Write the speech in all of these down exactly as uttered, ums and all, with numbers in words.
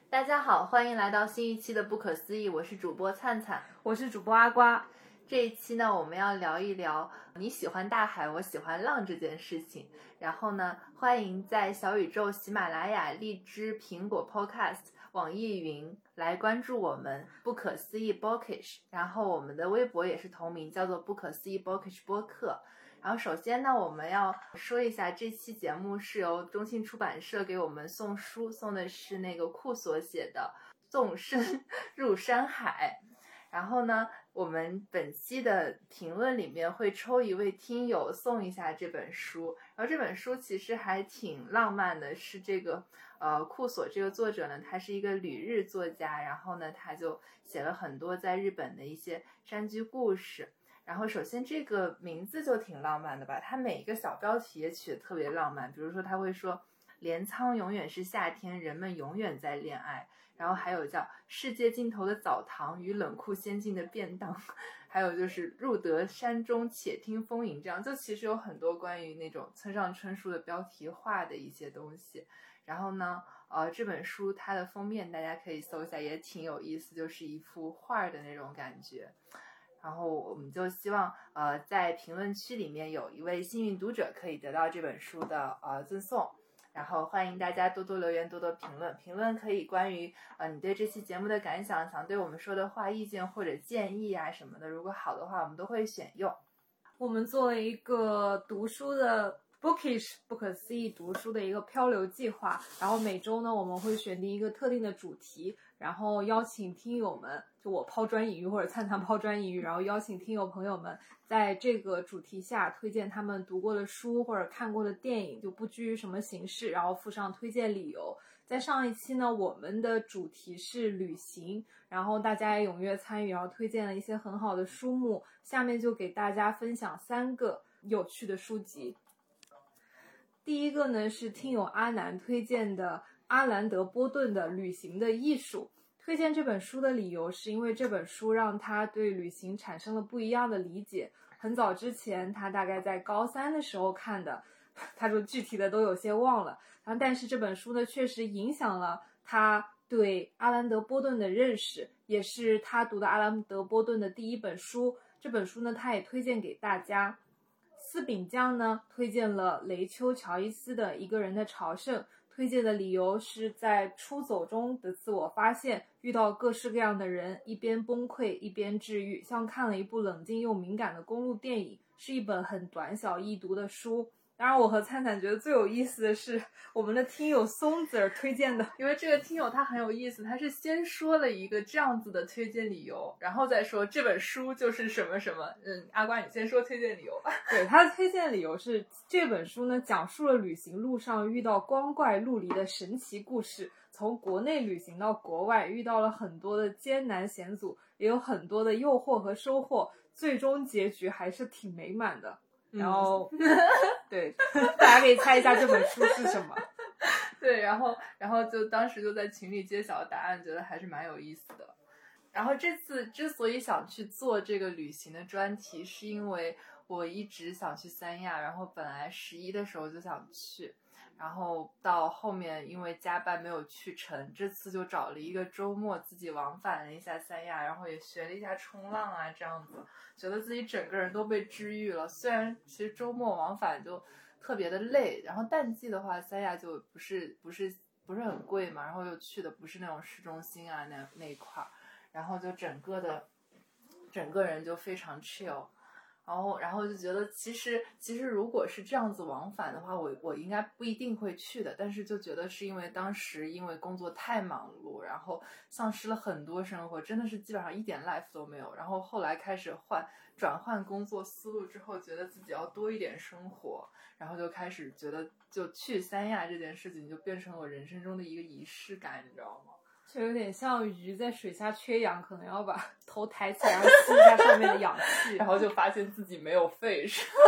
大家好，欢迎来到新一期的不可思议，我是主播灿灿， 我是主播阿瓜。 这一期呢，我们要聊一聊你喜欢大海，我喜欢浪这件事情。然后呢，欢迎在小宇宙、喜马拉雅、荔枝、苹果 Podcast、网易云来关注我们不可思议 Bookish， 然后我们的微博也是同名，叫做不可思议 Bookish 播客。然后首先呢，我们要说一下，这期节目是由中信出版社给我们送书，送的是那个库所写的《纵身入山海》。然后呢，我们本期的评论里面会抽一位听友送一下这本书。然后这本书其实还挺浪漫的，是这个呃库所这个作者呢，他是一个旅日作家，然后呢他就写了很多在日本的一些山居故事。然后首先这个名字就挺浪漫的吧，它每一个小标题也取得特别浪漫，比如说他会说镰仓永远是夏天，人们永远在恋爱，然后还有叫世界尽头的澡堂与冷酷仙境的便当，还有就是入得山中且听风吟，这样就其实有很多关于那种村上春树的标题化的一些东西。然后呢呃，这本书它的封面大家可以搜一下，也挺有意思，就是一幅画的那种感觉。然后我们就希望呃在评论区里面有一位幸运读者可以得到这本书的呃赠送，然后欢迎大家多多留言，多多评论，评论可以关于呃你对这期节目的感想，想对我们说的话意见或者建议啊什么的，如果好的话我们都会选用。 我们做了一个读书的 Bookish 不可思议读书的一个漂流计划，然后每周呢我们会选定一个特定的主题，然后邀请听友们，就我抛砖引玉或者灿灿抛砖引玉，然后邀请听友朋友们在这个主题下推荐他们读过的书或者看过的电影，就不拘于什么形式，然后附上推荐理由。在上一期呢，我们的主题是旅行，然后大家也踊跃参与，然后推荐了一些很好的书目。下面就给大家分享三个有趣的书籍。第一个呢是听友阿南推荐的阿兰德波顿的《旅行的艺术》。推荐这本书的理由是因为这本书让他对旅行产生了不一样的理解。很早之前他大概在高三的时候看的，他说具体的都有些忘了，然后但是这本书呢确实影响了他对阿兰德波顿的认识，也是他读的阿兰德波顿的第一本书。这本书呢他也推荐给大家。司炳江呢推荐了雷丘乔伊斯的《一个人的朝圣》，推荐的理由是在出走中的自我发现，遇到各式各样的人，一边崩溃一边治愈，像看了一部冷静又敏感的公路电影，是一本很短小易读的书。当然我和灿灿觉得最有意思的是我们的听友松子儿推荐的， 因为这个听友他很有意思，他是先说了一个这样子的推荐理由，然后再说这本书就是什么什么。嗯，阿瓜你先说推荐理由吧。 对，他的推荐理由是这本书呢讲述了旅行路上遇到光怪陆离的神奇故事，从国内旅行到国外，遇到了很多的艰难险阻，也有很多的诱惑和收获，最终结局还是挺美满的。然后、嗯、对，大家可以猜一下这本书是什么。 对，然后然后就当时就在群里揭晓答案，觉得还是蛮有意思的。然后这次之所以想去做这个旅行的专题，是因为我一直想去三亚，然后本来十一的时候就想去，然后到后面因为加班没有去成，这次就找了一个周末自己往返了一下三亚，然后也学了一下冲浪啊，这样子觉得自己整个人都被治愈了。虽然其实周末往返就特别的累，然后淡季的话三亚就不是不是不是很贵嘛，然后又去的不是那种市中心啊那那一块，然后就整个的整个人就非常 chill。然后，然后就觉得其实其实如果是这样子往返的话，我我应该不一定会去的。但是就觉得是因为当时因为工作太忙碌，然后丧失了很多生活，真的是基本上一点 life 都没有。然后后来开始换转换工作思路之后，觉得自己要多一点生活，然后就开始觉得就去三亚这件事情就变成了我人生中的一个仪式感，你知道吗？ 就有点像鱼在水下缺氧，可能要把头抬起来，然后吸一下上面的氧气， 然后就发现自己没有肺，是吧？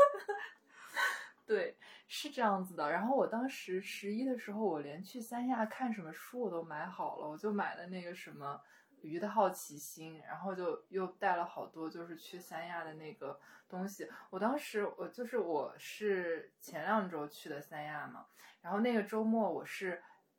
对，是这样子的。然后我当时十一的时候，我连去三亚看什么书我都买好了，我就买了那个什么鱼的好奇心，然后就又带了好多就是去三亚的那个东西。我当时我就是我是前两周去的三亚嘛，然后那个周末我是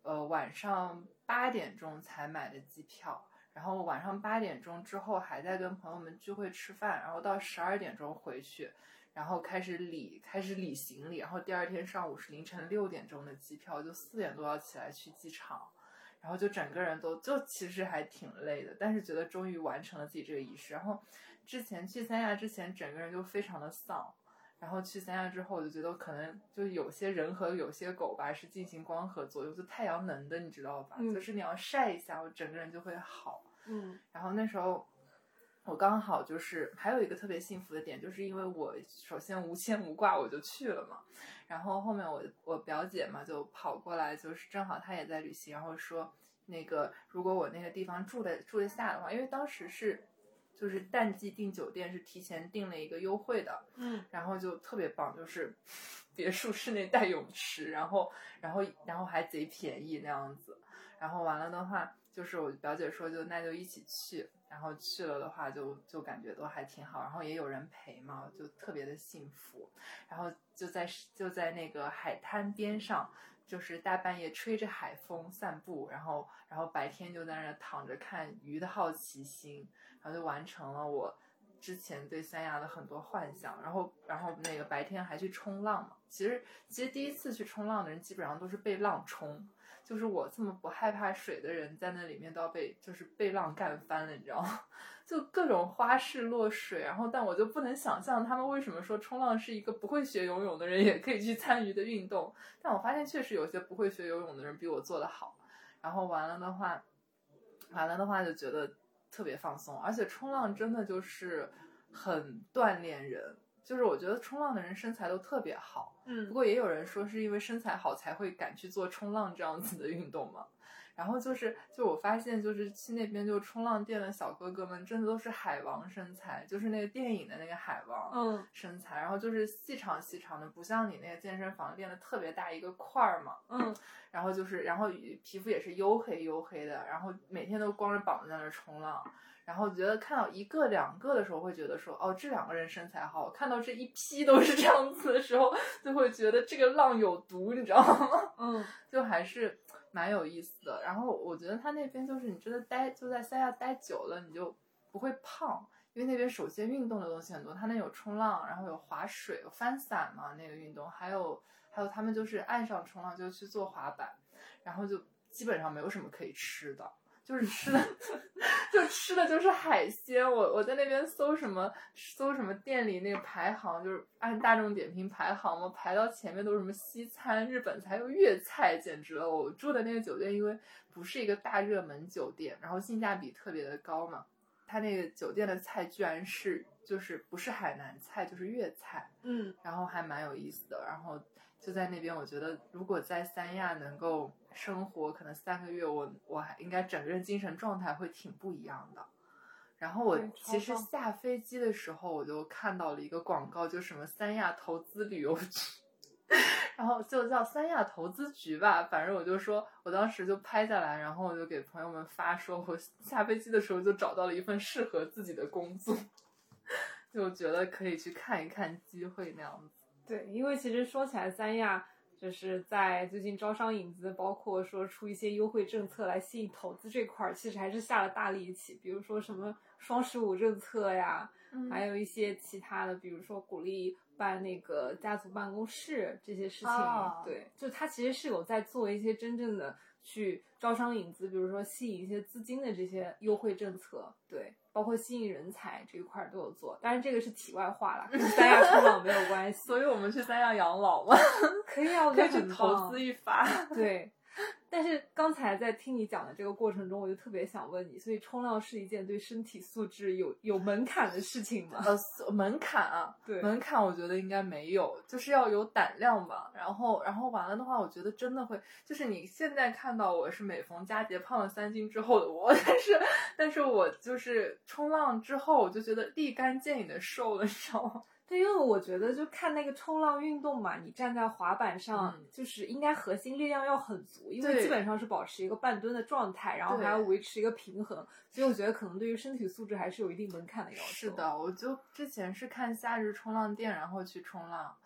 呃晚上八点钟才买的机票，然后晚上八点钟之后还在跟朋友们聚会吃饭，然后到十二点钟回去，然后开始理开始理行李，然后第二天上午是凌晨六点钟的机票，就四点多要起来去机场，然后就整个人都就其实还挺累的，但是觉得终于完成了自己这个仪式。然后之前去三亚之前整个人就非常的丧，然后去三亚之后我就觉得可能就有些人和有些狗吧是进行光合作用，就太阳能的你知道吧、嗯、就是你要晒一下我整个人就会好。 嗯， 然后那时候我刚好就是还有一个特别幸福的点，就是因为我首先无牵无挂我就去了嘛，然后后面我我表姐嘛就跑过来，就是正好她也在旅行，然后说那个如果我那个地方住的住得下的话，因为当时是就是淡季订酒店是提前订了一个优惠的， 嗯， 然后就特别棒，就是别墅室内带泳池，然后然后然后还贼便宜那样子，然后完了的话就是我表姐说就那就一起去，然后去了的话就就感觉都还挺好，然后也有人陪嘛，就特别的幸福。然后就在就在那个海滩边上，就是大半夜吹着海风散步，然后然后白天就在那躺着看鱼的好奇心，然后就完成了我之前对三亚的很多幻想。然后然后那个白天还去冲浪嘛，其实其实第一次去冲浪的人基本上都是被浪冲，就是我这么不害怕水的人在那里面都要被就是被浪干翻了，你知道吗？就各种花式落水，然后但我就不能想象他们为什么说冲浪是一个不会学游泳的人也可以去参与的运动，但我发现确实有些不会学游泳的人比我做得好。然后完了的话完了的话就觉得特别放松，而且冲浪真的就是很锻炼人，就是我觉得冲浪的人身材都特别好， 嗯， 不过也有人说是因为身材好才会敢去做冲浪这样子的运动嘛。然后就是就我发现就是去那边就冲浪店的小哥哥们真的都是海王身材，就是那个电影的那个海王身材、嗯、然后就是细长细长的，不像你那个健身房练的特别大一个块儿嘛， 嗯， 然后就是然后皮肤也是黝黑黝黑的，然后每天都光着膀子在那冲浪，然后觉得看到一个两个的时候会觉得说哦这两个人身材好，看到这一批都是这样子的时候就会觉得这个浪有毒，你知道吗？ 嗯， 就还是蛮有意思的。然后我觉得他那边就是你真的待就在三亚待久了你就不会胖，因为那边首先运动的东西很多，他那有冲浪，然后有滑水，有翻伞嘛那个运动，还有还有他们就是岸上冲浪就去做滑板，然后就基本上没有什么可以吃的，就是吃的就吃的就是海鲜。我我在那边搜什么搜什么店里那个排行，就是按大众点评排行嘛，排到前面都是什么西餐、日本菜还有粤菜，简直了。我住的那个酒店因为不是一个大热门酒店，然后性价比特别的高嘛，他那个酒店的菜居然是就是不是海南菜就是粤菜， 嗯， 然后还蛮有意思的。然后就在那边我觉得如果在三亚能够生活可能三个月，我我还应该整个人精神状态会挺不一样的。然后我其实下飞机的时候我就看到了一个广告，就什么三亚投资旅游局然后就叫三亚投资局吧，反正我就说我当时就拍下来，然后我就给朋友们发，说我下飞机的时候就找到了一份适合自己的工作就觉得可以去看一看机会那样子。 对，因为其实说起来三亚就是在最近招商引资，包括说出一些优惠政策来吸引投资这块，其实还是下了大力气，比如说什么双十五政策呀、嗯、还有一些其他的，比如说鼓励办那个家族办公室这些事情、哦、对，就它其实是有在做一些真正的去招商引资，比如说吸引一些资金的这些优惠政策，对，包括吸引人才这一块都有做。当然这个是题外话啦，跟三亚冲浪没有关系所以我们去三亚养老嘛可以啊，我觉得可以去投资一发对，但是刚才在听你讲的这个过程中，我就特别想问你，所以冲浪是一件对身体素质有有门槛的事情吗？ 呃，门槛啊， 对， 门槛我觉得应该没有，就是要有胆量吧。然后，然后完了的话，我觉得真的会，就是你现在看到我是每逢佳节胖了三斤之后的我，但是，但是我就是冲浪之后，我就觉得立竿见影的瘦了，你知道吗？ 对，因为我觉得就看那个冲浪运动嘛，你站在滑板上、嗯、就是应该核心力量要很足，因为基本上是保持一个半蹲的状态，然后还要维持一个平衡，所以我觉得可能对于身体素质还是有一定门槛的要求。 是的，我就之前是看夏日冲浪店然后去冲浪，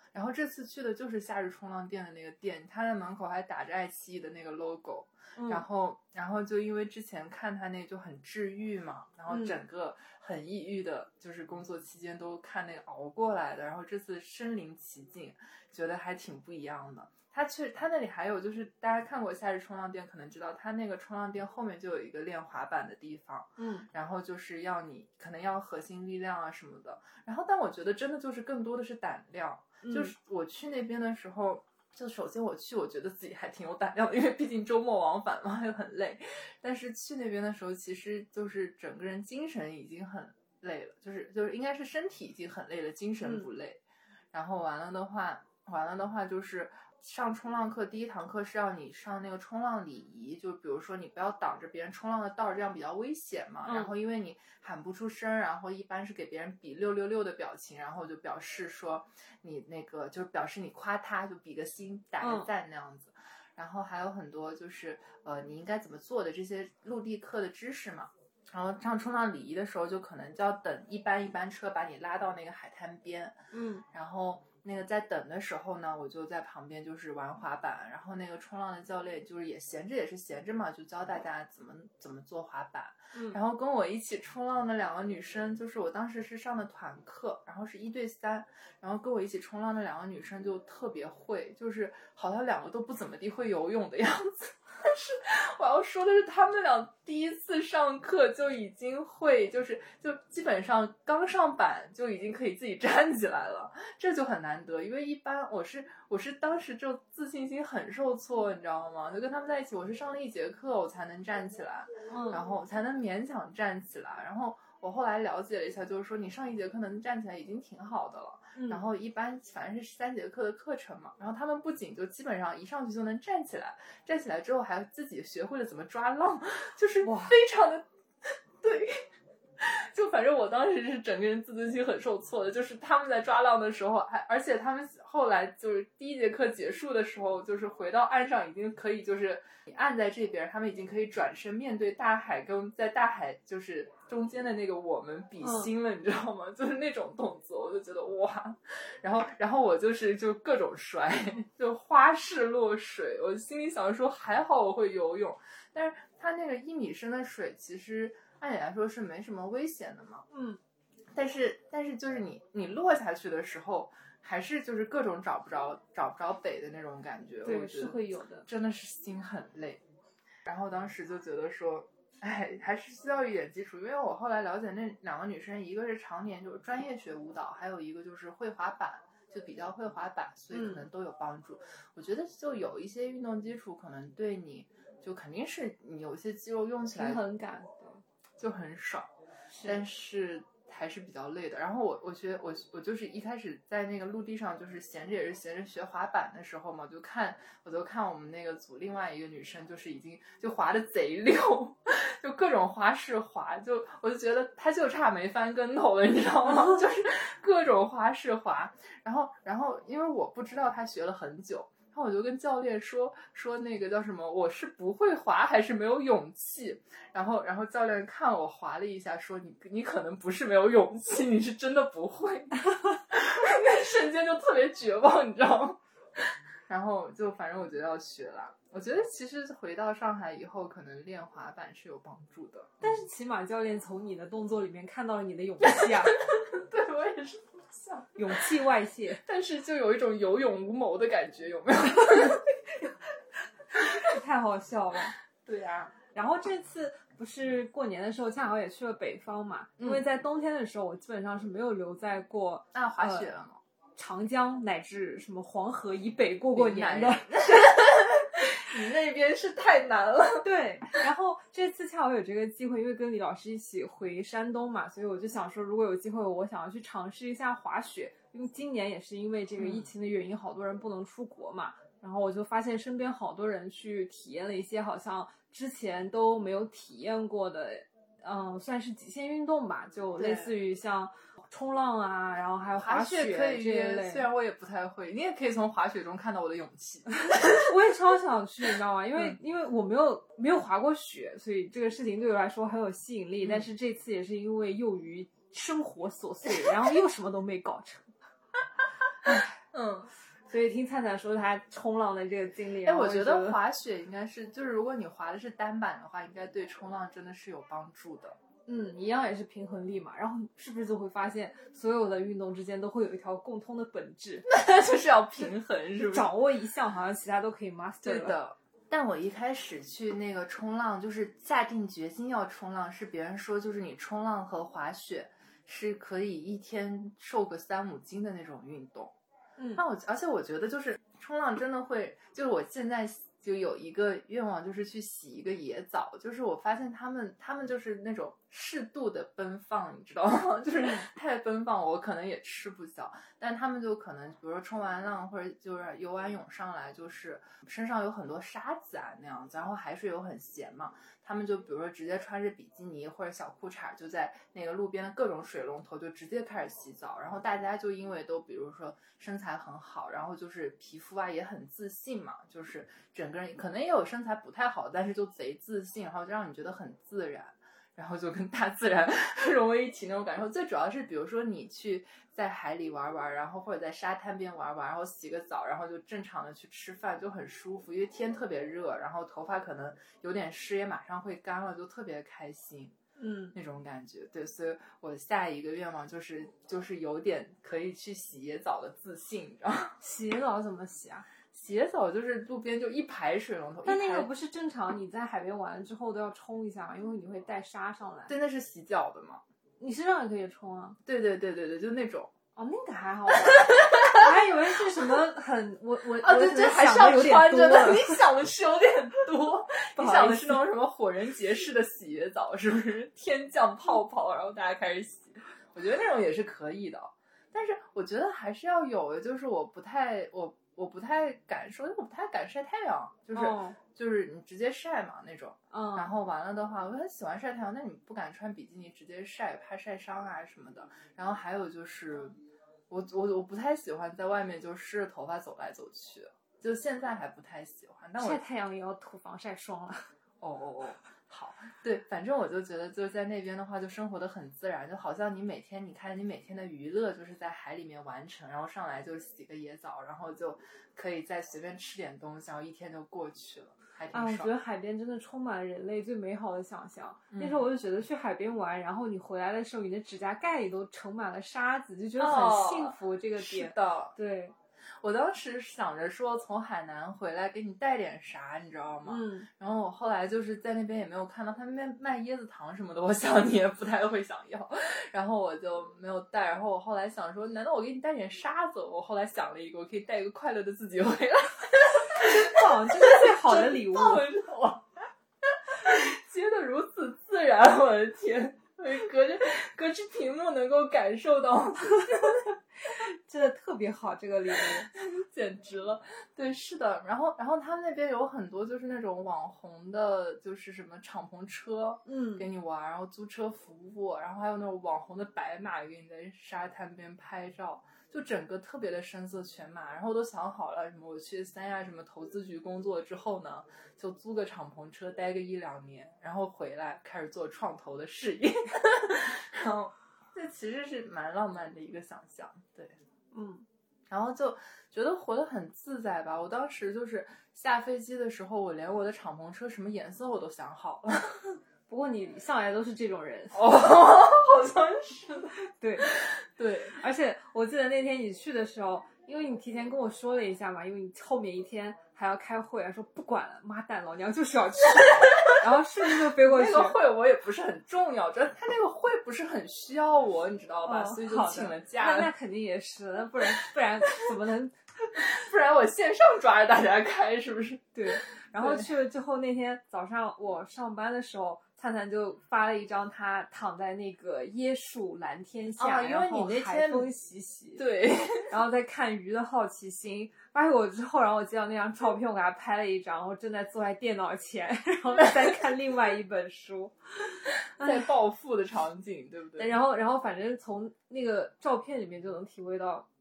然后这次去的就是夏日冲浪店的那个店，它的门口还打着爱奇艺的那个 logo，嗯、然后然后就因为之前看它那就很治愈嘛，然后整个很抑郁的，就是工作期间都看那个熬过来的，然后这次身临其境，觉得还挺不一样的。他去他那里还有就是大家看过夏日冲浪店可能知道，他那个冲浪店后面就有一个练滑板的地方， 嗯， 然后就是要你可能要核心力量啊什么的，然后但我觉得真的就是更多的是胆量， 嗯、 就是我去那边的时候，就首先我去我觉得自己还挺有胆量的，因为毕竟周末往返嘛又很累，但是去那边的时候其实就是整个人精神已经很累了，就是就是应该是身体已经很累了，精神不累、嗯、然后完了的话完了的话就是上冲浪课第一堂课是要你上那个冲浪礼仪，就比如说你不要挡着别人冲浪的道，这样比较危险嘛、嗯、然后因为你喊不出声，然后一般是给别人比六六六的表情，然后就表示说你那个就表示你夸他，就比个心打个赞那样子、嗯、然后还有很多就是呃你应该怎么做的这些陆地课的知识嘛，然后上冲浪礼仪的时候就可能就要等一班一班车把你拉到那个海滩边， 嗯， 然后那个在等的时候呢，我就在旁边就是玩滑板，然后那个冲浪的教练就是也闲着也是闲着嘛，就教大家怎么怎么做滑板、 嗯、 然后跟我一起冲浪的两个女生，就是我当时是上的团课，然后是一对三，然后跟我一起冲浪的两个女生就特别会，就是好像两个都不怎么地会游泳的样子，但是我要说的是他们俩第一次上课就已经会，就是就基本上刚上板就已经可以自己站起来了，这就很难得，因为一般我是我是当时就自信心很受挫，你知道吗？就跟他们在一起，我是上了一节课我才能站起来， 嗯， 然后才能勉强站起来，然后我后来了解了一下，就是说你上一节课能站起来已经挺好的了、嗯、然后一般反正是三节课的课程嘛，然后他们不仅就基本上一上去就能站起来，站起来之后还自己学会了怎么抓浪，就是非常的对，就反正我当时是整个人自尊心很受挫的，就是他们在抓浪的时候还而且他们后来就是第一节课结束的时候，就是回到岸上已经可以就是你岸在这边，他们已经可以转身面对大海，跟在大海就是中间的那个我们比心了、嗯、你知道吗？就是那种动作我就觉得哇，然后然后我就是就各种摔，就花式落水，我心里想说还好我会游泳，但是它那个一米深的水其实按理来说是没什么危险的嘛， 嗯， 但是但是就是你你落下去的时候还是就是各种找不着找不着北的那种感觉， 对，是会有的， 真的是心很累。然后当时就觉得说哎，还是需要一点基础，因为我后来了解那两个女生，一个是常年就是专业学舞蹈，还有一个就是会滑板，就比较会滑板，所以可能都有帮助、嗯、我觉得就有一些运动基础可能对你就肯定是你有一些肌肉用起来平衡感就很爽，但是还是比较累的。然后我我学我我就是一开始在那个陆地上就是闲着也是闲着学滑板的时候嘛，就看我就看我们那个组另外一个女生就是已经就滑的贼溜，就各种花式滑，就我就觉得她就差没翻跟头了，你知道吗？就是各种花式滑。然后然后因为我不知道她学了很久，然后我就跟教练说说那个叫什么，我是不会滑还是没有勇气？然后然后教练看我滑了一下，说你你可能不是没有勇气，你是真的不会。那瞬间就特别绝望，你知道吗？然后就反正我觉得要学了。我觉得其实回到上海以后，可能练滑板是有帮助的。 但是起码教练从你的动作里面看到了你的勇气啊。 对，我也是。 勇气外泄， 但是就有一种有勇无谋的感觉，有没有？ 太好笑了。 对呀、啊， 然后这次不是过年的时候恰好也去了北方嘛、嗯、因为在冬天的时候我基本上是没有留在过啊滑雪了吗、 呃、长江乃至什么黄河以北过过年的。 你那边是太难了。 对，然后这次恰好有这个机会，因为跟李老师一起回山东嘛，所以我就想说如果有机会我想要去尝试一下滑雪，因为今年也是因为这个疫情的原因、嗯、好多人不能出国嘛，然后我就发现身边好多人去体验了一些好像之前都没有体验过的嗯，算是极限运动吧，就类似于像冲浪啊，然后还有滑雪可以这一类。 虽然我也不太会，你也可以从滑雪中看到我的勇气。 我也超想去，你知道吗？因为、嗯、因为我没有没有滑过雪，所以这个事情对我来说很有吸引力、嗯、但是这次也是因为囿于生活琐碎，然后又什么都没搞成。 嗯。 所以听灿灿说他冲浪的这个经历， 哎，我觉得滑雪应该是，就是如果你滑的是单板的话，应该对冲浪真的是有帮助的。 嗯，一样也是平衡力嘛。然后是不是就会发现，所有的运动之间都会有一条共通的本质， 就是要平衡，是不是？ 掌握一项，好像其他都可以 master。 对的。但我一开始去那个冲浪，就是下定决心要冲浪，是别人说就是你冲浪和滑雪是可以一天瘦个三五斤的那种运动。 嗯， 那我而且我觉得就是冲浪真的会，就是我现在就有一个愿望，就是去洗一个野澡。就是我发现他们他们就是那种适度的奔放，你知道吗？就是太奔放我可能也吃不消，但他们就可能比如说冲完浪或者就是游完泳上来，就是身上有很多沙子啊那样子，然后海水又很咸嘛，他们就比如说直接穿着比基尼或者小裤衩，就在那个路边的各种水龙头就直接开始洗澡。然后大家就因为都比如说身材很好，然后就是皮肤啊也很自信嘛，就是整个人可能也有身材不太好，但是就贼自信，然后就让你觉得很自然，然后就跟大自然融为一体那种感受。最主要是比如说你去在海里玩玩，然后或者在沙滩边玩玩，然后洗个澡，然后就正常的去吃饭，就很舒服，因为天特别热，然后头发可能有点湿也马上会干了，就特别开心。 嗯， 那种感觉。对，所以我下一个愿望就是就是有点可以去洗野澡的自信，你知道吗？ 洗野澡怎么洗啊？ 洗野澡就是路边就一排水龙头， 但那个不是正常你在海边玩了之后都要冲一下吗？因为你会带沙上来。 对，那是洗脚的嘛。 你身上也可以冲啊。 对对对对对，就那种。 哦，那个还好吧。我还以为是什么很我我哦，对对，还是要穿着的。你想的是有点多，你想的是那种什么火人节式的洗野澡，是不是？天降泡泡，然后大家开始洗。我觉得那种也是可以的，但是我觉得还是要有的，就是我不太我我不太敢说，因为我不太敢晒太阳，就是、哦、就是你直接晒嘛那种。 嗯， 然后完了的话，我很喜欢晒太阳，但你不敢穿比基尼直接晒，怕晒伤啊什么的。然后还有就是。我我我不太喜欢在外面就湿着头发走来走去，就现在还不太喜欢。但我晒太阳也要涂防晒霜了。 哦哦哦，好，对，反正我就觉得就是在那边的话，就生活的很自然，就好像你每天，你看你每天的娱乐就是在海里面完成，然后上来就洗个野澡，然后就可以再随便吃点东西，然后一天就过去了。 啊，我觉得海边真的充满了人类最美好的想象。 嗯、 那时候我就觉得去海边玩，然后你回来的时候，你的指甲盖里都盛满了沙子，就觉得很幸福。这个点， 是的， 对。 我当时想着说从海南回来给你带点啥，你知道吗？ 嗯。 然后我后来就是在那边也没有看到他们那边卖椰子糖什么的，我想你也不太会想要，然后我就没有带。然后我后来想说，难道我给你带点沙子？我后来想了一个，我可以带一个快乐的自己回来。 真棒，这是最好的礼物。 我接得如此自然，我的天！隔着隔着屏幕能够感受到， 真的特别好，这个礼物简直了。对，是的。然后，然后他们那边有很多就是那种网红的，就是什么敞篷车， 嗯， 给你玩，然后租车服务，然后还有那种网红的白马给你在沙滩边拍照。就整个特别的声色犬马，然后都想好了，什么我去三亚什么投资局工作之后呢，就租个敞篷车待个一两年，然后回来开始做创投的事业。然后这其实是蛮浪漫的一个想象，对， 嗯， 然后就觉得活得很自在吧。我当时就是下飞机的时候，我连我的敞篷车什么颜色我都想好了。 不过你向来都是这种人哦，好像是的， 对对， 而且我记得那天你去的时候，因为你提前跟我说了一下嘛，因为你后面一天还要开会，说不管了，妈蛋，老娘就是要去，然后瞬间就飞过去。 那个会我也不是很重要，主要他那个会不是很需要我，你知道吧？ 哦、 所以就请了假。 那那肯定也是，那不然不然怎么能？ 不然我线上抓着大家开，是不是？ 对。然后去了之后，那天早上我上班的时候。灿灿就发了一张他躺在那个椰树蓝天下， 哦、因为你那天海风习习， 对， 然后在看鱼的好奇心发给我之后，然后我接到那张照片，我给他拍了一张，然后正在坐在电脑前，然后在看另外一本书， 在暴富的场景，对不对？ 然后，然后反正从那个照片里面就能体会到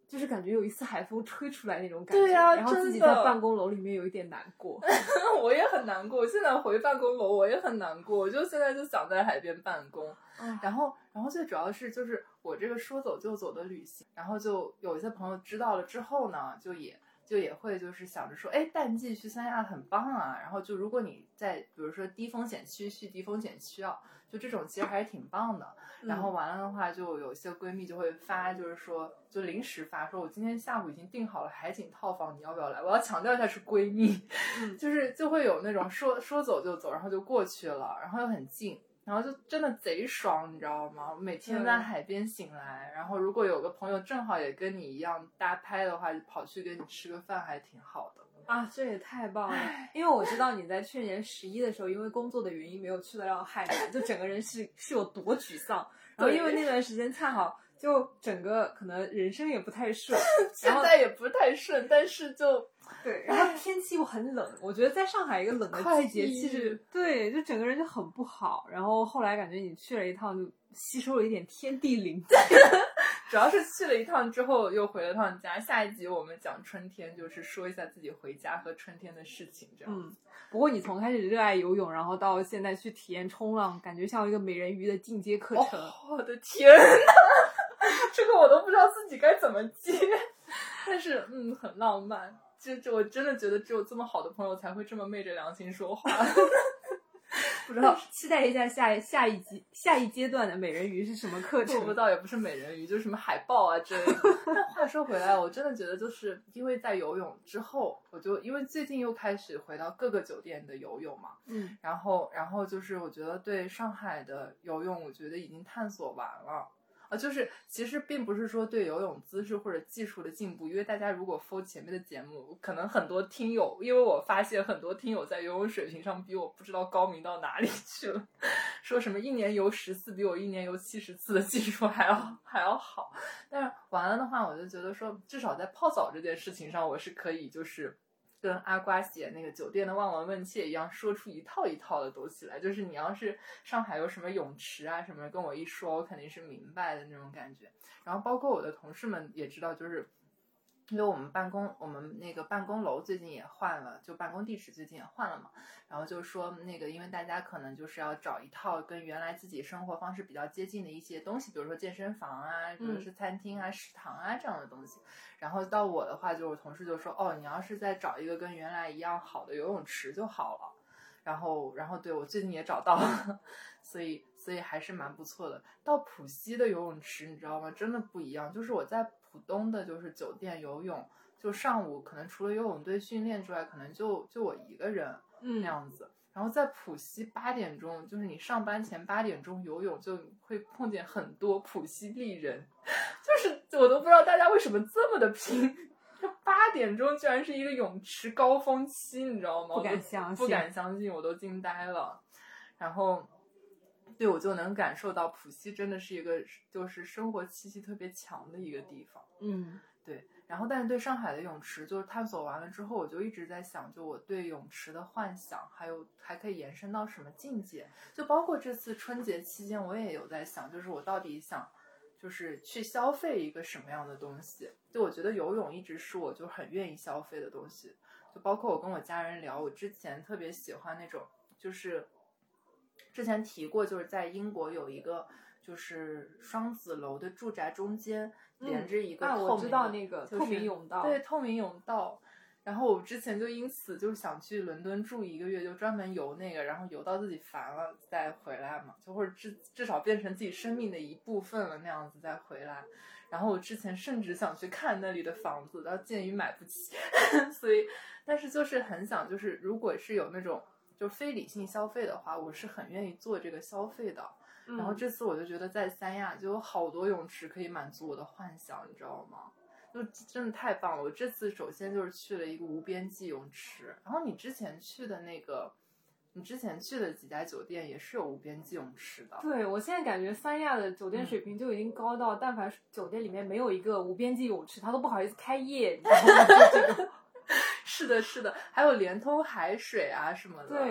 就是感觉有一丝海风吹出来那种感觉， 对呀、啊， 然后自己在办公楼里面有一点难过。 我也很难过，现在回办公楼我也很难过，我就现在就想在海边办公。嗯、然后，然后最主要是就是我这个说走就走的旅行，然后就有一些朋友知道了之后呢，就也就也会就是想着说，哎，淡季去三亚很棒啊。然后就如果你在比如说低风险区去低风险区啊，就这种其实还是挺棒的。然后完了的话，就有些闺蜜就会发，就是说就临时发说，我今天下午已经订好了海景套房，你要不要来？我要强调一下是闺蜜，就是就会有那种说说走就走，然后就过去了，然后又很近。然后就真的贼爽，你知道吗？每天在海边醒来，然后如果有个朋友正好也跟你一样搭拍的话，就跑去跟你吃个饭，还挺好的啊！这也太棒了，因为我知道你在去年十一的时候，因为工作的原因没有去得了海南，就整个人是是有多沮丧。然后因为那段时间恰好就整个可能人生也不太顺， 现在也不太顺，但是就。 对，然后天气又很冷，我觉得在上海一个冷的季节，其实对，就整个人就很不好。然后后来感觉你去了一趟，就吸收了一点天地灵气。 主要是去了一趟之后，又回了趟家。下一集我们讲春天，就是说一下自己回家和春天的事情，这样。 嗯，不过你从开始热爱游泳，然后到现在去体验冲浪，感觉像一个美人鱼的进阶课程。 哦、我的天哪，这个我都不知道自己该怎么接，但是嗯，很浪漫。就就我真的觉得只有这么好的朋友才会这么昧着良心说话。 不知道期待一下下下一集下一阶段的美人鱼是什么课程？ 不知道，也不是美人鱼，就是什么海豹啊之类的。但话说回来，我真的觉得就是因为在游泳之后，我就因为最近又开始回到各个酒店的游泳嘛， 嗯， 然后然后就是我觉得对上海的游泳，我觉得已经探索完了。啊，就是其实并不是说对游泳姿势或者技术的进步，因为大家如果 follow 前面的节目，可能很多听友，因为我发现很多听友在游泳水平上比我不知道高明到哪里去了，说什么一年游十次比我一年游七十次的技术还要还要好，但是完了的话，我就觉得说，至少在泡澡这件事情上，我是可以就是跟阿瓜写那个酒店的望闻问切一样，说出一套一套的东西来。就是你要是上海有什么泳池啊什么，跟我一说，我肯定是明白的那种感觉。然后包括我的同事们也知道，就是因为我们办公，我们那个办公楼最近也换了，就办公地址最近也换了嘛。然后就说那个，因为大家可能就是要找一套跟原来自己生活方式比较接近的一些东西，比如说健身房啊，比如是餐厅啊、嗯、食堂啊这样的东西。然后到我的话，就我同事就说，哦，你要是再找一个跟原来一样好的游泳池就好了。然后，然后对我最近也找到了，所以所以还是蛮不错的。到浦西的游泳池，你知道吗？真的不一样。就是我在浦东的，就是酒店游泳，就上午可能除了游泳队训练之外，可能就就我一个人那样子。嗯，然后在浦西八点钟，就是你上班前八点钟游泳，就会碰见很多浦西丽人，就是我都不知道大家为什么这么的拼。这八点钟居然是一个泳池高峰期，你知道吗？ 不敢相信， 不敢相信，我都惊呆了。然后，对，我就能感受到浦西真的是一个就是生活气息特别强的一个地方。 嗯， 对。然后，但是对上海的泳池，就是探索完了之后，我就一直在想，就我对泳池的幻想，还有还可以延伸到什么境界？就包括这次春节期间，我也有在想，就是我到底想。就是去消费一个什么样的东西，就我觉得游泳一直是我就很愿意消费的东西，就包括我跟我家人聊，我之前特别喜欢那种，就是之前提过，就是在英国有一个就是双子楼的住宅中间连着一个透明的、 嗯啊、我知道那个透明甬道， 对，透明甬道。然后我之前就因此就想去伦敦住一个月，就专门游那个，然后游到自己烦了再回来嘛，就或者至至少变成自己生命的一部分了那样子再回来。然后我之前甚至想去看那里的房子，但鉴于买不起，所以但是就是很想，就是如果是有那种就非理性消费的话，我是很愿意做这个消费的。 嗯、 然后这次我就觉得在三亚就有好多泳池可以满足我的幻想，你知道吗？就真的太棒了！我这次首先就是去了一个无边际泳池，然后你之前去的那个，你之前去的几家酒店也是有无边际泳池的。 对，我现在感觉三亚的酒店水平就已经高到，嗯、但凡酒店里面没有一个无边际泳池，他都不好意思开业，你知道吗？这个是的，是的，还有连通海水啊什么的。 对，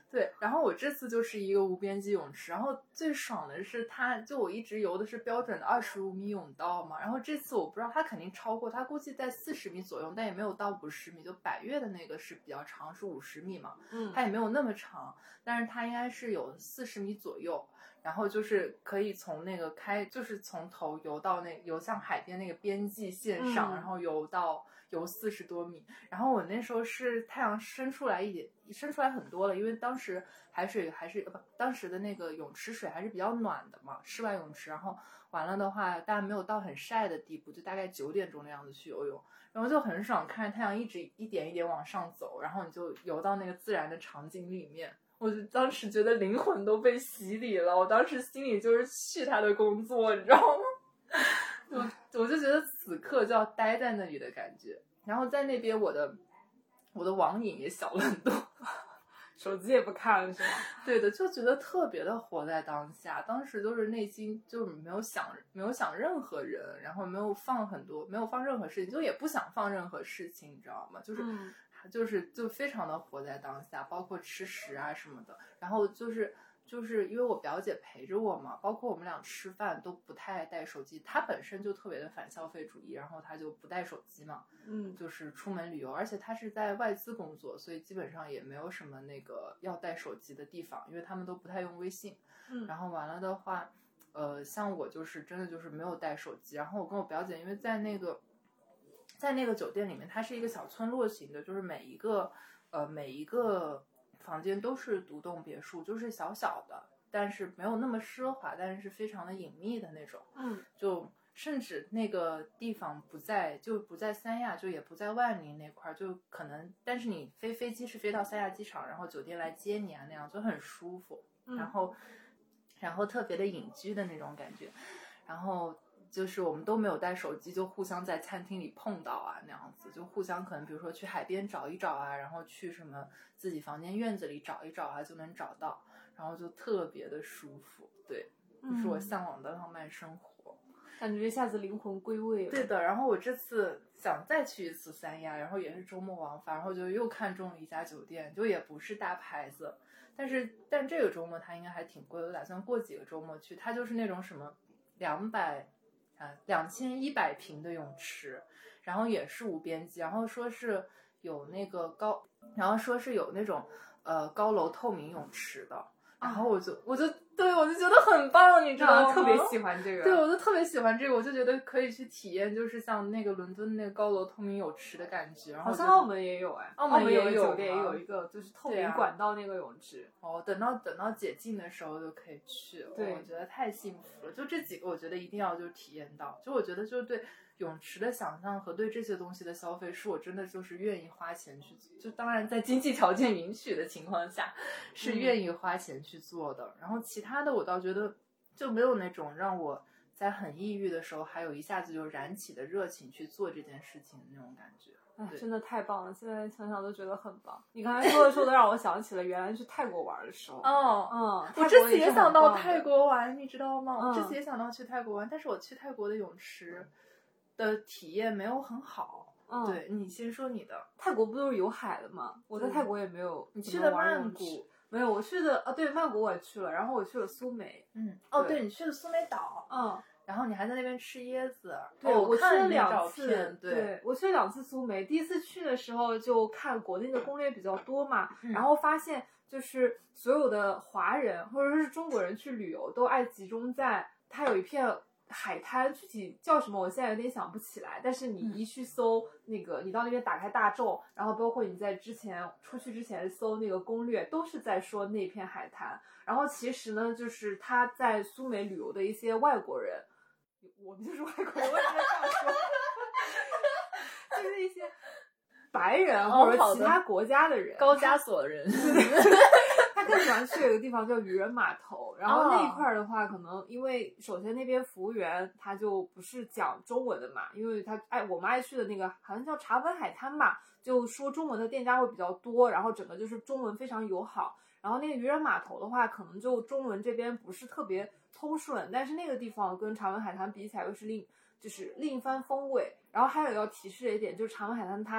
对，然后我这次就是一个无边际泳池，然后最爽的是它，就我一直游的是标准的二十五米泳道嘛，然后这次我不知道它肯定超过，它估计在四十米左右，但也没有到五十米，就百越的那个是比较长，是五十米嘛， 嗯， 它也没有那么长，但是它应该是有四十米左右。然后就是可以从那个开，就是从头游到那游向海边那个边际线上， 嗯、 然后游到游四十多米。然后我那时候是太阳伸出来一点，伸出来很多了，因为当时海水还是不，当时的那个泳池水还是比较暖的嘛，室外泳池。然后完了的话，但没有到很晒的地步，就大概九点钟的样子去游泳，然后就很爽，看着太阳一直一点一点往上走，然后你就游到那个自然的场景里面。我就当时觉得灵魂都被洗礼了，我当时心里就是去他的工作，你知道吗？我我就觉得此刻就要待在那里的感觉。然后在那边我的我的网瘾也小了很多， 手机也不看了是吗？ 对的，就觉得特别的活在当下。当时就是内心就是没有想没有想任何人，然后没有放很多没有放任何事情，就也不想放任何事情，你知道吗？就是。嗯就是就非常的活在当下，包括吃食啊什么的。然后就是就是因为我表姐陪着我嘛，包括我们俩吃饭都不太爱带手机。她本身就特别的反消费主义，然后她就不带手机嘛， 嗯， 就是出门旅游，而且她是在外资工作，所以基本上也没有什么那个要带手机的地方，因为他们都不太用微信。 嗯， 然后完了的话，呃，像我就是真的就是没有带手机。然后我跟我表姐，因为在那个。在那个酒店里面，它是一个小村落型的，就是每一个呃每一个房间都是独栋别墅，就是小小的，但是没有那么奢华，但是是非常的隐秘的那种。 嗯， 就甚至那个地方不在，就不在三亚，就也不在万宁那块，就可能，但是你飞飞机是飞到三亚机场，然后酒店来接你啊，那样就很舒服， 嗯、 然后然后特别的隐居的那种感觉，然后。就是我们都没有带手机，就互相在餐厅里碰到啊，那样子就互相可能比如说去海边找一找啊，然后去什么自己房间院子里找一找啊，就能找到，然后就特别的舒服。对，就是我向往的浪漫生活， 嗯、感觉一下子灵魂归位了。 对的，然后我这次想再去一次三亚，然后也是周末往返，然后就又看中了一家酒店，就也不是大牌子，但是但这个周末它应该还挺贵，我打算过几个周末去。它就是那种什么两百。啊，两千一百平的泳池，然后也是无边际，然后说是有那个高，然后说是有那种呃高楼透明泳池的，然后我就我就对我就觉得很棒，你知道吗？ 特别喜欢这个， 对，我就特别喜欢这个，我就觉得可以去体验，就是像那个伦敦那个高楼透明泳池的感觉。 好像澳门也有哎， 澳门也有酒店也有一个就是透明管道那个泳池。 啊、哦，等到等到解禁的时候就可以去， 对， 我觉得太幸福了。就这几个，我觉得一定要就体验到。就我觉得就是对泳池的想象和对这些东西的消费，是我真的就是愿意花钱去，就当然在经济条件允许的情况下，是愿意花钱去做的。嗯、然后其他的我倒觉得就没有那种让我在很抑郁的时候，还有一下子就燃起的热情去做这件事情的那种感觉。 哎，真的太棒了！现在想想都觉得很棒。你刚才说的说的让我想起了原来去泰国玩的时候。 哦， 嗯， 我这次也想到泰国玩，你知道吗？ 嗯、 我这次也想到去泰国玩，但是我去泰国的泳池的体验没有很好。 嗯， 对，你先说你的。 泰国不都是有海的吗？我在泰国也没有。 你去的曼谷？ 没有，我去的啊，对，曼谷我也去了，然后我去了苏梅。 嗯，哦，对，你去了苏梅岛。 嗯。 然后你还在那边吃椰子， 对、 哦、 我去了两次， 对, 对我去了两次苏梅。第一次去的时候就看国内的攻略比较多嘛， 嗯、 然后发现就是所有的华人或者说是中国人去旅游都爱集中在它有一片海滩，具体叫什么我现在有点想不起来，但是你一去搜、嗯、那个你到那边打开大众，然后包括你在之前出去之前搜那个攻略，都是在说那片海滩。然后其实呢，就是他在苏梅旅游的一些外国人，我们就是外国人，我也这样说，就是一些白人或者其他国家的人， 哦、高加索人。 他更喜欢去有一个地方叫渔人码头，然后那一块的话，可能因为首先那边服务员他就不是讲中文的嘛，因为他爱我们爱去的那个好像叫茶湾海滩吧，就说中文的店家会比较多，然后整个就是中文非常友好。然后那个渔人码头的话，可能就中文这边不是特别通顺，但是那个地方跟茶湾海滩比起来又是另就是另一番风味。然后还有要提示的一点，就是茶湾海滩它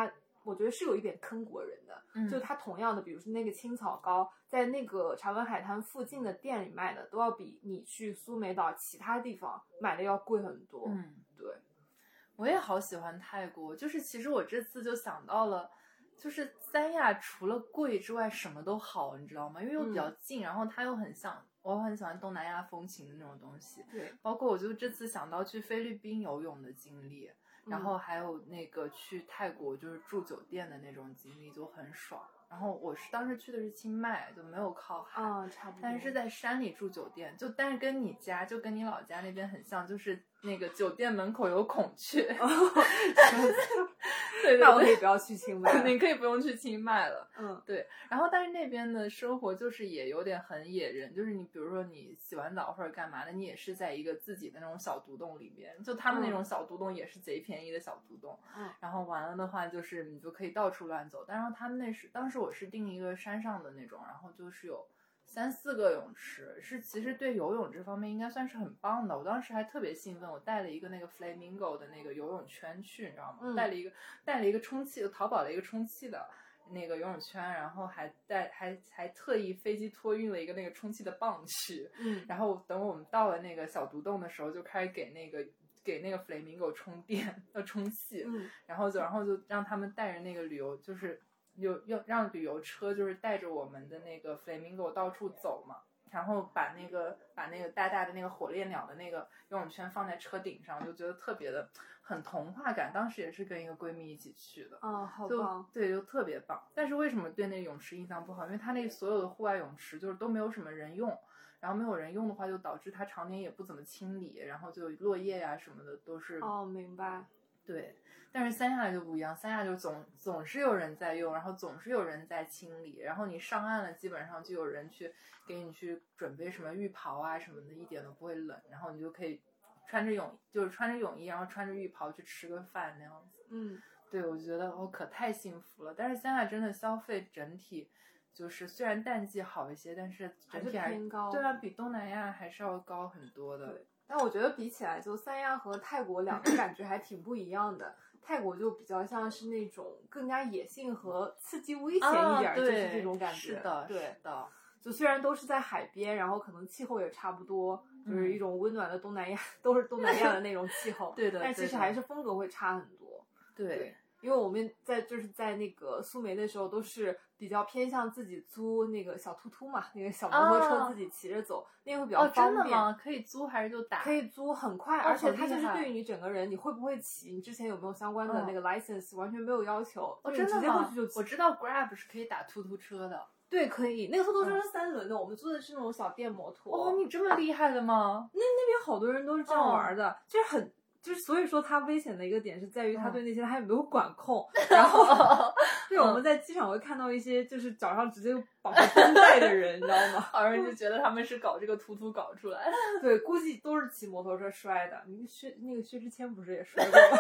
我觉得是有一点坑国人的， 嗯就它同样的，比如说那个青草膏，在那个茶湾海滩附近的店里卖的，都要比你去苏梅岛其他地方买的要贵很多。 嗯， 对， 我也好喜欢泰国，就是其实我这次就想到了。就是三亚除了贵之外什么都好，你知道吗？因为又比较近，嗯、然后它又很像，我很喜欢东南亚风情的那种东西。 对， 包括我就这次想到去菲律宾游泳的经历，然后还有那个去泰国就是住酒店的那种经历就很爽。然后我是当时去的是清迈，就没有靠海， 啊，差不多。 但是在山里住酒店，就但是跟你家就跟你老家那边很像，就是那个酒店门口有孔雀。哦对, 对, 对， 那我可以不要去清迈， 你可以不用去清迈了。 嗯， 对。然后，但是那边的生活就是也有点很野人，就是你比如说你洗完澡或者干嘛的，你也是在一个自己的那种小独栋里面，就他们那种小独栋也是贼便宜的小独栋。 嗯。 然后完了的话，就是你就可以到处乱走。但是他们那是当时我是订一个山上的那种，然后就是有三四个泳池，是其实对游泳这方面应该算是很棒的。我当时还特别兴奋，我带了一个那个 Flamingo 的那个游泳圈去，你知道吗？ 嗯、 带了一个带了一个充气，淘宝了一个充气的那个游泳圈，然后还带还还特意飞机托运了一个那个充气的棒去。 嗯， 然后等我们到了那个小独栋的时候，就开始给那个给那个 Flamingo 充电要充气， 嗯， 然后就然后就让他们带着那个旅游就是。有要让旅游车就是带着我们的那个 Flamingo 到处走嘛，然后把那个把那个大大的那个火烈鸟的那个游泳圈放在车顶上，就觉得特别的很童话感。当时也是跟一个闺蜜一起去的， 哦，好棒， 对，就特别棒。但是为什么对那个泳池印象不好？因为它那所有的户外泳池就是都没有什么人用，然后没有人用的话，就导致它常年也不怎么清理，然后就落叶呀、啊、什么的都是。 哦，明白。 对。但是三亚就不一样，三亚就总总是有人在用，然后总是有人在清理，然后你上岸了，基本上就有人去给你去准备什么浴袍啊什么的，一点都不会冷，然后你就可以穿着泳就是穿着泳衣，然后穿着浴袍去吃个饭那样子。 嗯， 对，我觉得我、哦、可太幸福了。但是三亚真的消费整体就是虽然淡季好一些，但是整体还是偏高。 对啊，比东南亚还是要高很多的。 对，但我觉得比起来，就三亚和泰国两个感觉还挺不一样的。泰国就比较像是那种更加野性和刺激危险一点， 啊、 就是这种感觉。 是的， 对是的。 就虽然都是在海边，然后可能气候也差不多，就是一种温暖的东南亚，嗯、都是东南亚的那种气候。 对的， 但其实还是风格会差很多。 对。 对，因为我们在就是在那个苏梅的时候，都是比较偏向自己租那个小突突嘛，那个小摩托车自己骑着走，哦、那个会比较方便。 哦，真的吗？可以租还是就打？ 可以租，很快， 哦、 而且它就是对于你整个人，你会不会骑，你之前有没有相关的那个 license，、嗯、完全没有要求。 哦，真的吗？ 直接过去就骑。 我知道 Grab 是可以打突突车的。 对，可以。那个突突车是三轮的，嗯、我们租的是那种小电摩托。 哦，你这么厉害的吗？ 那那边好多人都是这样玩的，哦、就是很。就是所以说它危险的一个点是在于它对那些它也没有管控，嗯、然后对我们在机场会看到一些就是脚上直接绑着绷带的人，你知道吗？ 好像就觉得他们是搞这个突突搞出来的。 对，估计都是骑摩托车摔的。那个薛那个薛之谦不是也摔过吗？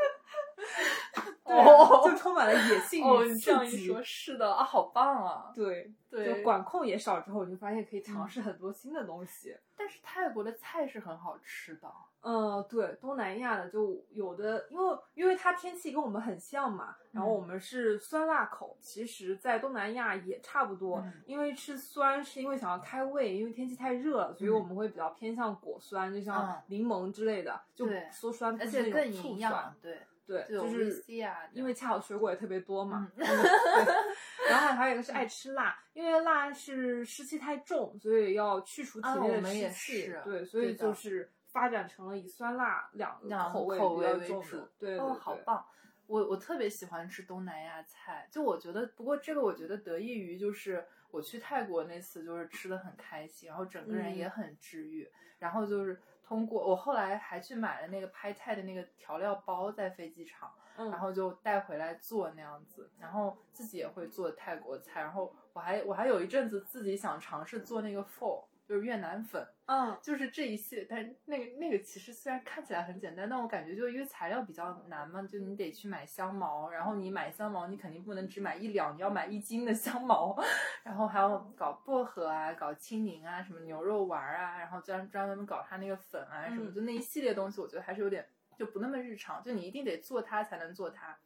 哦，就充满了野性哦， 与你这样一说，是的啊，好棒啊！ 对对， 就管控也少之后，你就发现可以尝试很多新的东西。 嗯、但是泰国的菜是很好吃的。 嗯，对，东南亚的就有的，因为因为它天气跟我们很像嘛，然后我们是酸辣口，其实在东南亚也差不多， 嗯、 因为吃酸是因为想要开胃，因为天气太热了，所以我们会比较偏向果酸，嗯、就像柠檬之类的， 嗯、 就说酸， 而且更营养，对。 对， 就就是因为恰好水果也特别多嘛。 嗯、 对，然后还有一个是爱吃辣，因为辣是湿气太重，所以要去除体内的湿气。 啊、 对，所以就是发展成了以酸辣两个口味口味为主。对, 对, 对， 哦，好棒！我我特别喜欢吃东南亚菜，就我觉得，不过这个我觉得得益于就是我去泰国那次就是吃的很开心，然后整个人也很治愈，嗯、然后就是通过我后来还去买了那个拍泰的那个调料包在飞机场， 嗯、 然后就带回来做那样子，然后自己也会做泰国菜，然后我还我还有一阵子自己想尝试做那个 pho。就是越南粉， 嗯， 就是这一系列，但是那个那个其实虽然看起来很简单，但我感觉就因为材料比较难嘛，就你得去买香茅，然后你买香茅，你肯定不能只买一两，你要买一斤的香茅，然后还要搞薄荷啊，搞青柠啊，什么牛肉丸啊，然后专专门搞它那个粉啊什么， 嗯、 就那一系列东西，我觉得还是有点就不那么日常，就你一定得做它才能做它。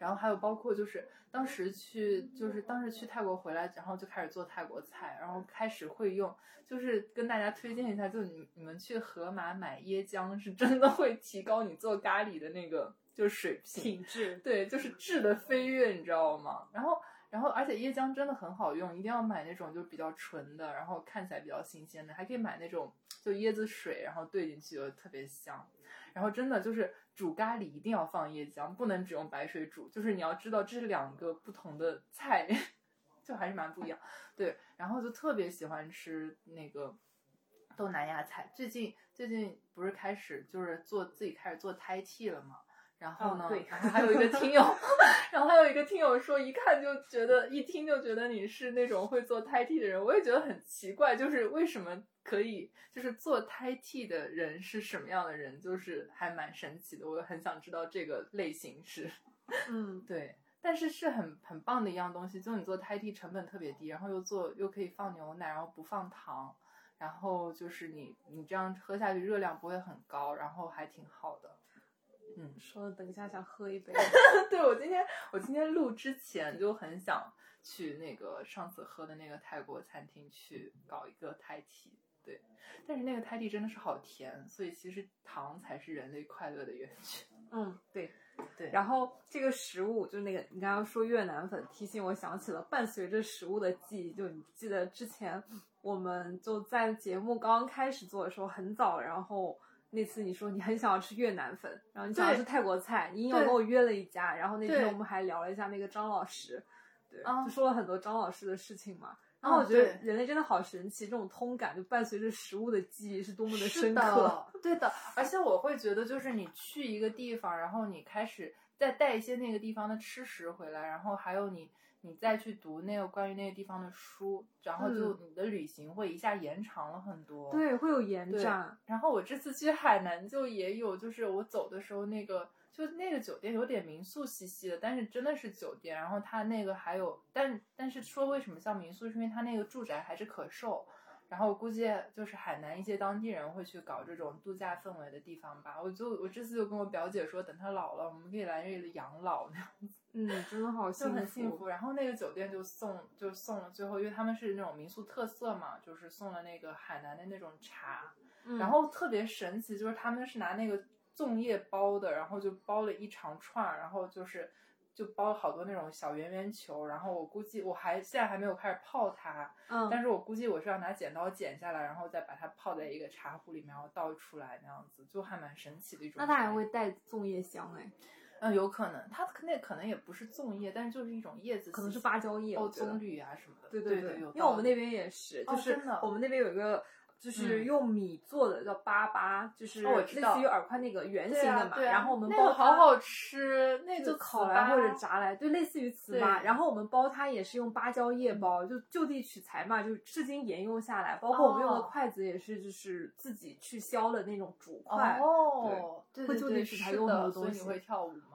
然后还有包括就是当时去就是当时去泰国回来，然后就开始做泰国菜，然后开始会用，就是跟大家推荐一下，就你你们去盒马买椰浆是真的会提高你做咖喱的那个就是水平品质， 对，就是质的飞跃，你知道吗？然后然后而且椰浆真的很好用，一定要买那种就比较纯的，然后看起来比较新鲜的，还可以买那种就椰子水，然后兑进去就特别香。然后真的就是煮咖喱一定要放椰浆，不能只用白水煮，就是你要知道这是两个不同的菜，就还是蛮不一样。对，然后就特别喜欢吃那个东南亚菜，最近最近不是开始就是做自己开始做胎记了吗？然后呢， 哦、对， 然后还有一个听友，然后还有一个听友说，一看就觉得，一听就觉得你是那种会做胎记的人，我也觉得很奇怪，就是为什么可以，就是做胎记的人是什么样的人，就是还蛮神奇的，我很想知道这个类型是， 嗯， 对，但是是很很棒的一样东西，就你做胎记成本特别低，然后又做又可以放牛奶，然后不放糖，然后就是你你这样喝下去热量不会很高，然后还挺好的。嗯， 说等一下想喝一杯。 对，我今天我今天录之前就很想去那个上次喝的那个泰国餐厅去搞一个胎记，对，但是那个胎记真的是好甜，所以其实糖才是人类快乐的源泉。 嗯，对对。 然后这个食物就是那个你刚刚说越南粉，提醒我想起了伴随着食物的记忆。就你记得之前我们就在节目刚刚开始做的时候很早，然后那次你说你很想要吃越南粉，然后你想要吃泰国菜，你有跟我约了一家，然后那天我们还聊了一下那个张老师，对，就说了很多张老师的事情嘛。然后我觉得人类真的好神奇，这种通感就伴随着食物的记忆是多么的深刻。 对的，而且我会觉得就是你去一个地方，然后你开始再带一些那个地方的吃食回来，然后还有你你再去读那个关于那个地方的书，然后就你的旅行会一下延长了很多。 嗯、对，会有延展。 然后我这次去海南就也有，就是我走的时候那个就那个酒店有点民宿兮兮的，但是真的是酒店，然后它那个还有但但是说为什么像民宿，是因为它那个住宅还是可售，然后估计就是海南一些当地人会去搞这种度假氛围的地方吧。我就我这次就跟我表姐说，等她老了我们可以来这里养老那样子。 嗯，真的好幸福， 就很幸福。然后那个酒店就送就送了，最后因为他们是那种民宿特色嘛，就是送了那个海南的那种茶、嗯、然后特别神奇，就是他们是拿那个粽叶包的，然后就包了一长串，然后就是就包了好多那种小圆圆球，然后我估计我还现在还没有开始泡它， 嗯， 但是我估计我是要拿剪刀剪下来，然后再把它泡在一个茶壶里面，然后倒出来那样子，就还蛮神奇的一种。 那它还会带粽叶香哎？ 嗯，有可能，它那可能也不是粽叶，但是就是一种叶子， 可能是芭蕉叶、 哦，棕榈啊什么的。 对对对， 因为我们那边也是，就是我们那边有一个。就是用米做的，叫粑粑，就是类似于耳宽那个圆形的嘛。然后我们包它， 那个好好吃，那就烤来或者炸来，对，类似于糍粑。然后我们包它也是用芭蕉叶包，就就地取材嘛，就至今沿用下来。包括我们用的筷子也是，就是自己去削的那种竹筷。 哦， 对，会就地取材用很多东西。 所以你会跳舞吗？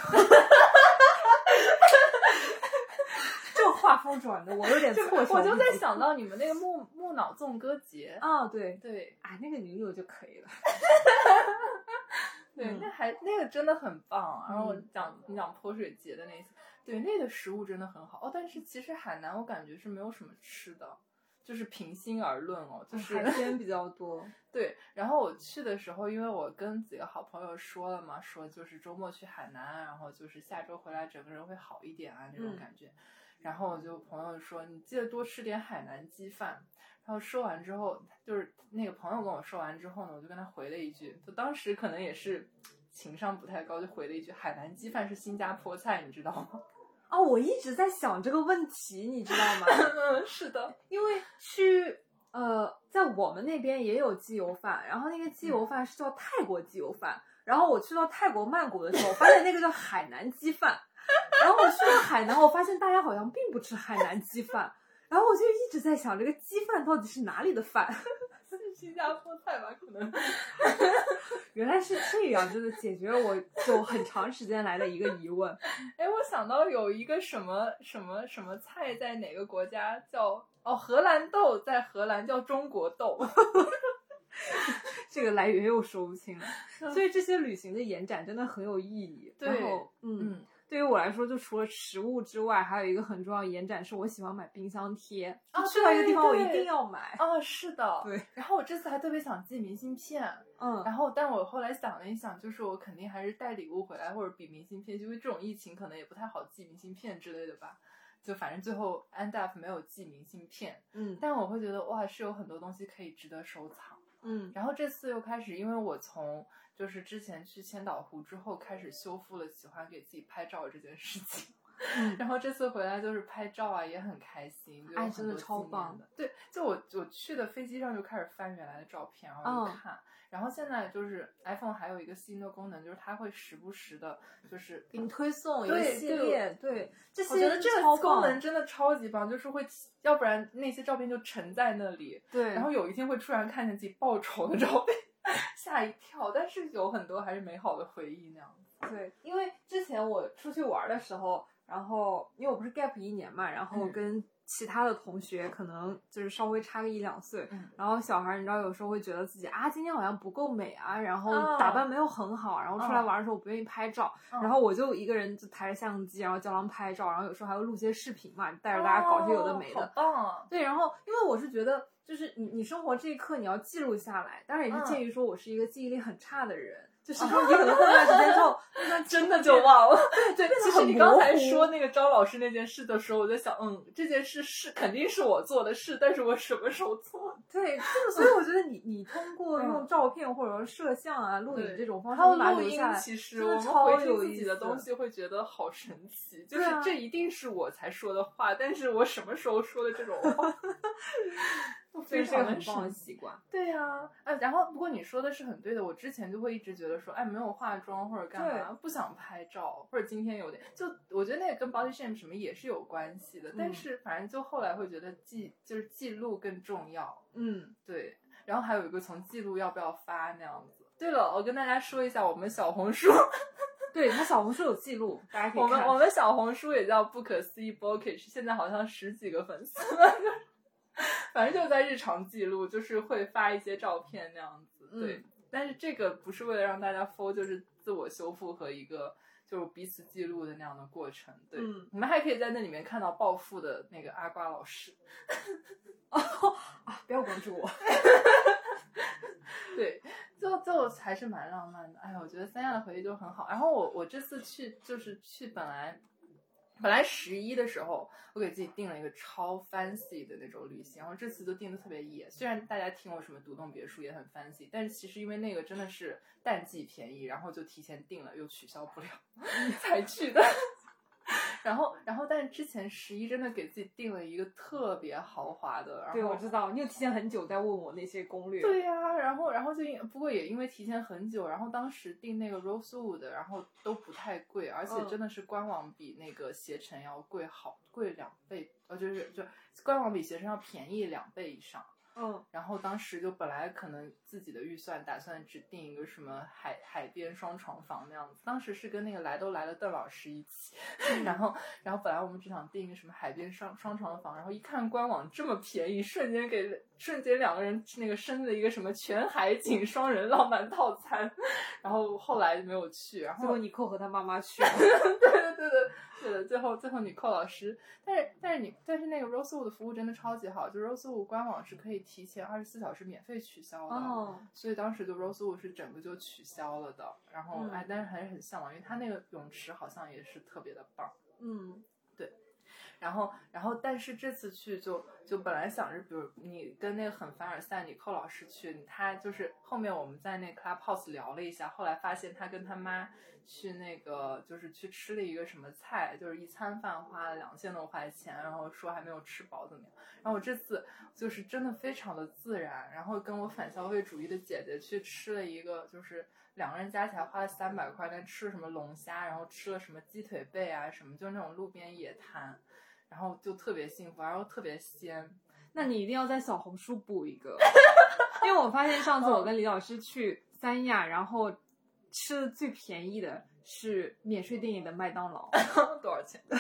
这画风转的我有点措手。 我就在想到你们那个木木脑纵歌节啊，对对， 哎，那个你有就可以了。 对，那还那个真的很棒。然后我讲你讲泼水节的那次，对，那个食物真的很好哦。但是其实海南我感觉是没有什么吃的，就是平心而论哦，就是海鲜比较多。 对，然后我去的时候，因为我跟几个好朋友说了嘛，说就是周末去海南，然后就是下周回来整个人会好一点啊那种感觉。嗯，然后我就朋友说你记得多吃点海南鸡饭，然后说完之后，就是那个朋友跟我说完之后呢，我就跟他回了一句，就当时可能也是情商不太高，就回了一句海南鸡饭是新加坡菜，你知道吗？ 哦，我一直在想这个问题，你知道吗？ 嗯，是的， 因为去呃，在我们那边也有鸡油饭，然后那个鸡油饭是叫泰国鸡油饭，嗯，然后我去到泰国曼谷的时候，发现那个叫海南鸡饭。然后我去到海南，我发现大家好像并不吃海南鸡饭，然后我就一直在想，这个鸡饭到底是哪里的饭？ 是新加坡菜吧？可能。 原来是这样，真的解决了我就很长时间来的一个疑问。 哎，我想到有一个什么什么什么菜在哪个国家叫哦，荷兰豆在荷兰叫中国豆。 这个来源又说不清了，所以这些旅行的延展真的很有意义。 对， 然后嗯。嗯对于我来说，就除了食物之外，还有一个很重要的延展是我喜欢买冰箱贴。 啊， 去到一个地方我对一定要买。 啊，是的， 对。 然后我这次还特别想寄明信片， 嗯， 然后但我后来想了一想，就是我肯定还是带礼物回来，或者比明信片，因为这种疫情可能也不太好寄明信片之类的吧。就反正最后 end up 没有寄明信片， 嗯， 但我会觉得哇，是有很多东西可以值得收藏。 嗯， 然后这次又开始，因为我从就是之前去千岛湖之后开始修复了喜欢给自己拍照这件事情。 嗯、 然后这次回来就是拍照啊，也很开心，就有很多哎，真的超棒的。对，就我我去的飞机上就开始翻原来的照片，然后就看。嗯、然后现在就是 iPhone 还有一个新的功能，就是它会时不时的，就是给你推送一个系列。对，对这些我觉得这个功能真的超级棒，就是会，要不然那些照片就沉在那里。 对， 然后有一天会突然看见自己爆丑的照片，吓一跳。但是有很多还是美好的回忆那样子。 对，因为之前我出去玩的时候。然后，因为我不是 gap 一年嘛，然后跟其他的同学可能就是稍微差个一两岁， 嗯、 然后小孩你知道有时候会觉得自己啊今天好像不够美啊，然后打扮没有很好，然后出来玩的时候我不愿意拍照， 嗯、 然后我就一个人就抬着相机，然后教他们拍照，然后有时候还会录些视频嘛，带着大家搞些有的没的。 哦、好棒啊！ 对，然后因为我是觉得就是你你生活这一刻你要记录下来，当然也是鉴于说我是一个记忆力很差的人。嗯就是说，你可能过段时间之后，那真的就忘了。 对， 其实你刚才说那个招老师那件事的时候，我在想，嗯，这件事是肯定是我做的事，但是我什么时候做？ 对，这个，所以我觉得你你通过用照片或者说摄像啊、录影这种方式， 还有录音，其实我们回听自己的东西会觉得好神奇，就是这一定是我才说的话，但是我什么时候说的这种话？非常很棒的习惯。 对呀、啊，哎，然后不过你说的是很对的，我之前就会一直觉得说，哎，没有化妆或者干嘛，不想拍照，或者今天有点，就我觉得那个跟 body shame 什么也是有关系的，嗯、但是反正就后来会觉得记就是记录更重要， 嗯， 对，然后还有一个从记录要不要发那样子。对了，我跟大家说一下我们小红书。 对，他小红书有记录，大家可以看。 我们我们小红书也叫不可思议 bookish， 现在好像十几个粉丝。反正就在日常记录，就是会发一些照片那样子，对。嗯、但是这个不是为了让大家 follow， 就是自我修复和一个就是彼此记录的那样的过程，对。嗯、你们还可以在那里面看到暴富的那个阿瓜老师。 哦啊！不要关注我。 对，就就还是蛮浪漫的。哎呀，我觉得三亚的回忆就很好。然后我我这次去就是去本来。本来十一的时候，我给自己定了一个超 fancy 的那种旅行，然后这次就定的特别野。虽然大家听我什么独栋别墅也很 fancy， 但是其实因为那个真的是淡季便宜，然后就提前定了，又取消不了才去的。然后，然后，但是之前十一真的给自己定了一个特别豪华的，然后对，我知道，你有提前很久在问我那些攻略。 对呀、啊，然后，然后就不过也因为提前很久，然后当时订那个 Rosewood， 然后都不太贵，而且真的是官网比那个携程要贵好贵两倍，呃，就是就官网比携程要便宜两倍以上。 嗯， 然后当时就本来可能自己的预算打算只订一个什么海海边双床房那样子，当时是跟那个来都来了邓老师一起，然后然后本来我们只想订一个什么海边双双床房，然后一看官网这么便宜，瞬间给瞬间两个人那个升了一个什么全海景双人浪漫套餐，然后后来就没有去，然后最后你扣和他妈妈去了，对对对对。对的，最后最后你寇老师，但是但是你但是那个 Rosewood 的服务真的超级好，就 Rosewood 官网是可以提前二十四小时免费取消的， 哦， 所以当时就 Rosewood 是整个就取消了的。然后、嗯、哎，但是还是很向往，因为它那个泳池好像也是特别的棒。 嗯， 对。然后然后但是这次去就就本来想着，比如你跟那个很凡尔赛你寇老师去，他就是后面我们在那 Clubhouse 聊了一下，后来发现他跟他妈去那个就是去吃了一个什么菜，就是一餐饭花了两千多块钱，然后说还没有吃饱怎么样。然后我这次就是真的非常的自然，然后跟我反消费主义的姐姐去吃了一个，就是两个人加起来花了三百块，但吃了什么龙虾，然后吃了什么鸡腿背啊什么，就是那种路边野摊，然后就特别幸福，然后特别鲜。 那你一定要在小红书补一个，因为我发现上次我跟李老师去三亚，然后吃的最便宜的是免税店里的麦当劳。 多少钱？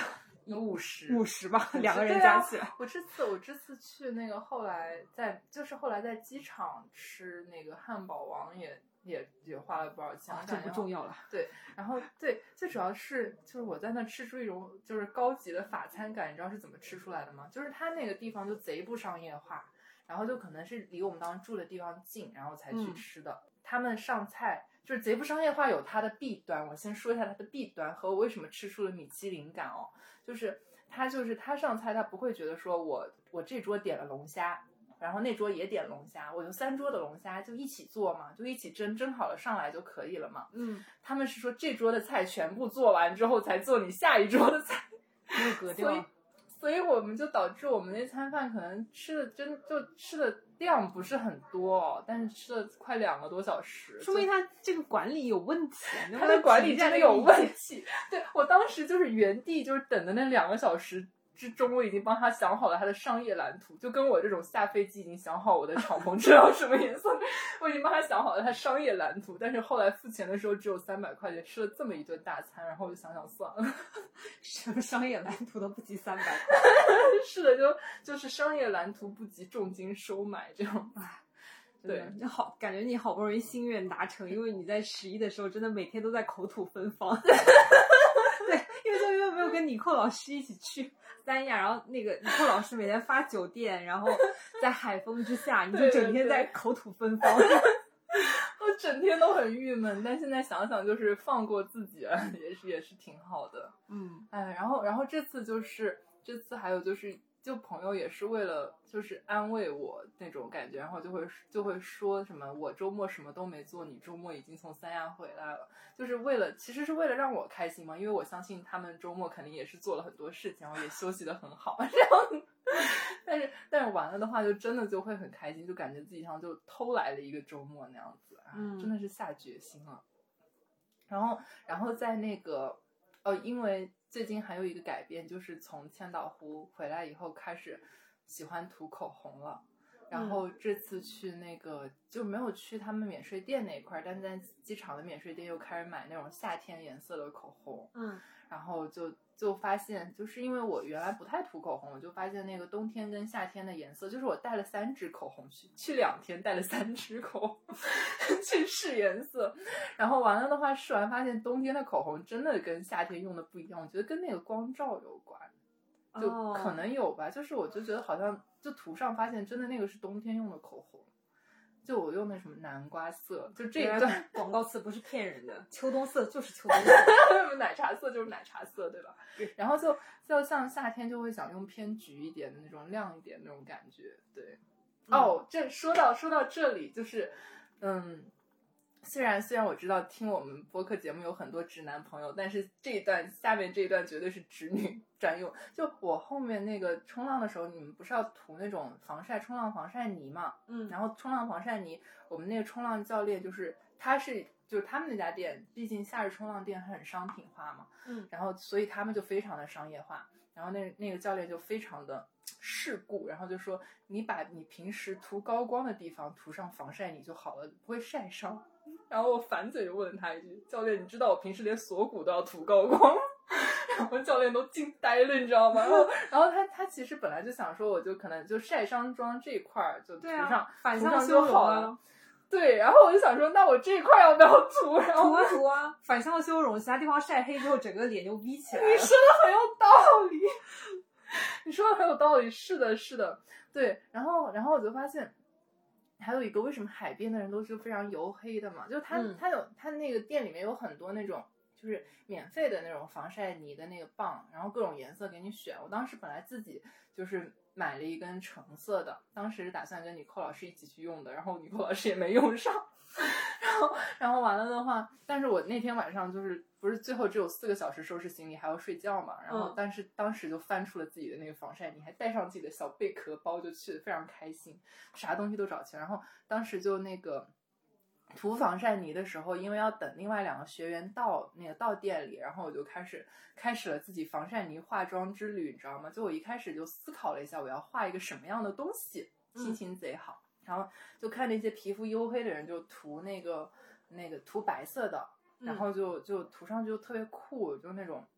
五十五十吧，两个人加起来。 啊、我这次我这次去那个后来在就是后来在机场吃那个汉堡王也也也花了不少钱， 啊、这不重要了。 对，然后对，最主要是就是我在那吃出一种就是高级的法餐感，你知道是怎么吃出来的吗？就是它那个地方就贼不商业化，然后就可能是离我们当时住的地方近，然后才去吃的。嗯、他们上菜就是贼不商业化，有它的弊端。我先说一下它的弊端和我为什么吃出了米其林感哦，就是它就是它上菜，它不会觉得说我我这桌点了龙虾。然后那桌也点龙虾，我就三桌的龙虾就一起做嘛，就一起蒸，蒸好了上来就可以了嘛。 嗯， 他们是说这桌的菜全部做完之后才做你下一桌的菜， 没有格调。 所以，所以我们就导致我们那餐饭可能吃的真就吃的量不是很多、哦，但是吃了快两个多小时， 说明他这个管理有问题。 他的管理真的有问题。对，我当时就是原地就是等的那两个小时。之中我已经帮他想好了他的商业蓝图，就跟我这种下飞机已经想好我的敞篷车要什么颜色，我已经帮他想好了他商业蓝图，但是后来付钱的时候只有三百块钱，吃了这么一顿大餐，然后我就想想算了， 什么商业蓝图都不及三百块。 是的，就就是商业蓝图不及重金收买这种。对， 你好，感觉你好不容易心愿达成，因为你在十一的时候真的每天都在口吐芬芳。对，因为终于都没有跟尼寇老师一起去三亚，然后那个尼寇老师每天发酒店，然后在海风之下，你就整天在口吐芬芳。 对对对我整天都很郁闷，但现在想想就是放过自己啊，也是也是挺好的。 嗯， 哎，然后然后这次就是这次还有就是。就朋友也是为了就是安慰我那种感觉，然后就会就会说什么我周末什么都没做，你周末已经从三亚回来了，就是为了其实是为了让我开心嘛，因为我相信他们周末肯定也是做了很多事情，然后也休息得很好，然后但是但是完了的话就真的就会很开心，就感觉自己像就偷来了一个周末那样子， 嗯， 真的是下决心了。然后然后在那个呃因为最近还有一个改变，就是从千岛湖回来以后开始喜欢涂口红了。然后这次去那个就没有去他们免税店那一块，但在机场的免税店又开始买那种夏天颜色的口红。 嗯， 然后就就发现，就是因为我原来不太涂口红，我就发现那个冬天跟夏天的颜色，就是我带了三支口红去，去两天带了三支口红去试颜色，然后完了的话试完发现冬天的口红真的跟夏天用的不一样，我觉得跟那个光照有关。就可能有吧、oh. 就是我就觉得好像就涂上发现真的那个是冬天用的口红，就我用的什么南瓜色，就这一段广告词不是骗人的，秋冬色就是秋冬色奶茶色就是奶茶色，对吧？然后就就像夏天就会想用偏橘一点的那种亮一点那种感觉。对、嗯、哦，这说到说到这里就是嗯虽然虽然我知道听我们播客节目有很多直男朋友，但是这一段下面这一段绝对是直女专用。就我后面那个冲浪的时候，你们不是要涂那种防晒冲浪防晒泥嘛？ 嗯， 然后冲浪防晒泥，我们那个冲浪教练就是他是就是他们那家店，毕竟夏日冲浪店很商品化嘛， 嗯， 然后所以他们就非常的商业化。然后那那个教练就非常的世故，然后就说你把你平时涂高光的地方涂上防晒泥就好了，不会晒伤。然后我反嘴就问他一句，教练你知道我平时连锁骨都要涂高光吗？然后教练都惊呆了你知道吗？然后然后他他其实本来就想说我就可能就晒伤妆这一块就涂上、 啊、反向修容好了。对，然后我就想说那我这一块要不要涂？然后涂啊涂啊，反向修容，其他地方晒黑之后整个脸就 V 起来了。 你说的很有道理，你说的很有道理，是的是的，对。然后然后我就发现还有一个为什么海边的人都是非常黝黑的嘛，就他、嗯、他有他那个店里面有很多那种就是免费的那种防晒泥的那个棒，然后各种颜色给你选。我当时本来自己就是买了一根橙色的，当时打算跟尼寇老师一起去用的，然后尼寇老师也没用上。然后然后完了的话，但是我那天晚上就是不是最后只有四个小时收拾行李还要睡觉嘛，然后但是当时就翻出了自己的那个防晒泥，还带上自己的小贝壳包就去了，非常开心，啥东西都找齐。然后当时就那个涂防晒泥的时候，因为要等另外两个学员到那个到店里，然后我就开始开始了自己防晒泥化妆之旅，你知道吗？就我一开始就思考了一下我要画一个什么样的东西，心情贼好、嗯、然后就看那些皮肤黝黑的人就涂那个那个涂白色的，然后就就涂上去就特别酷，就那种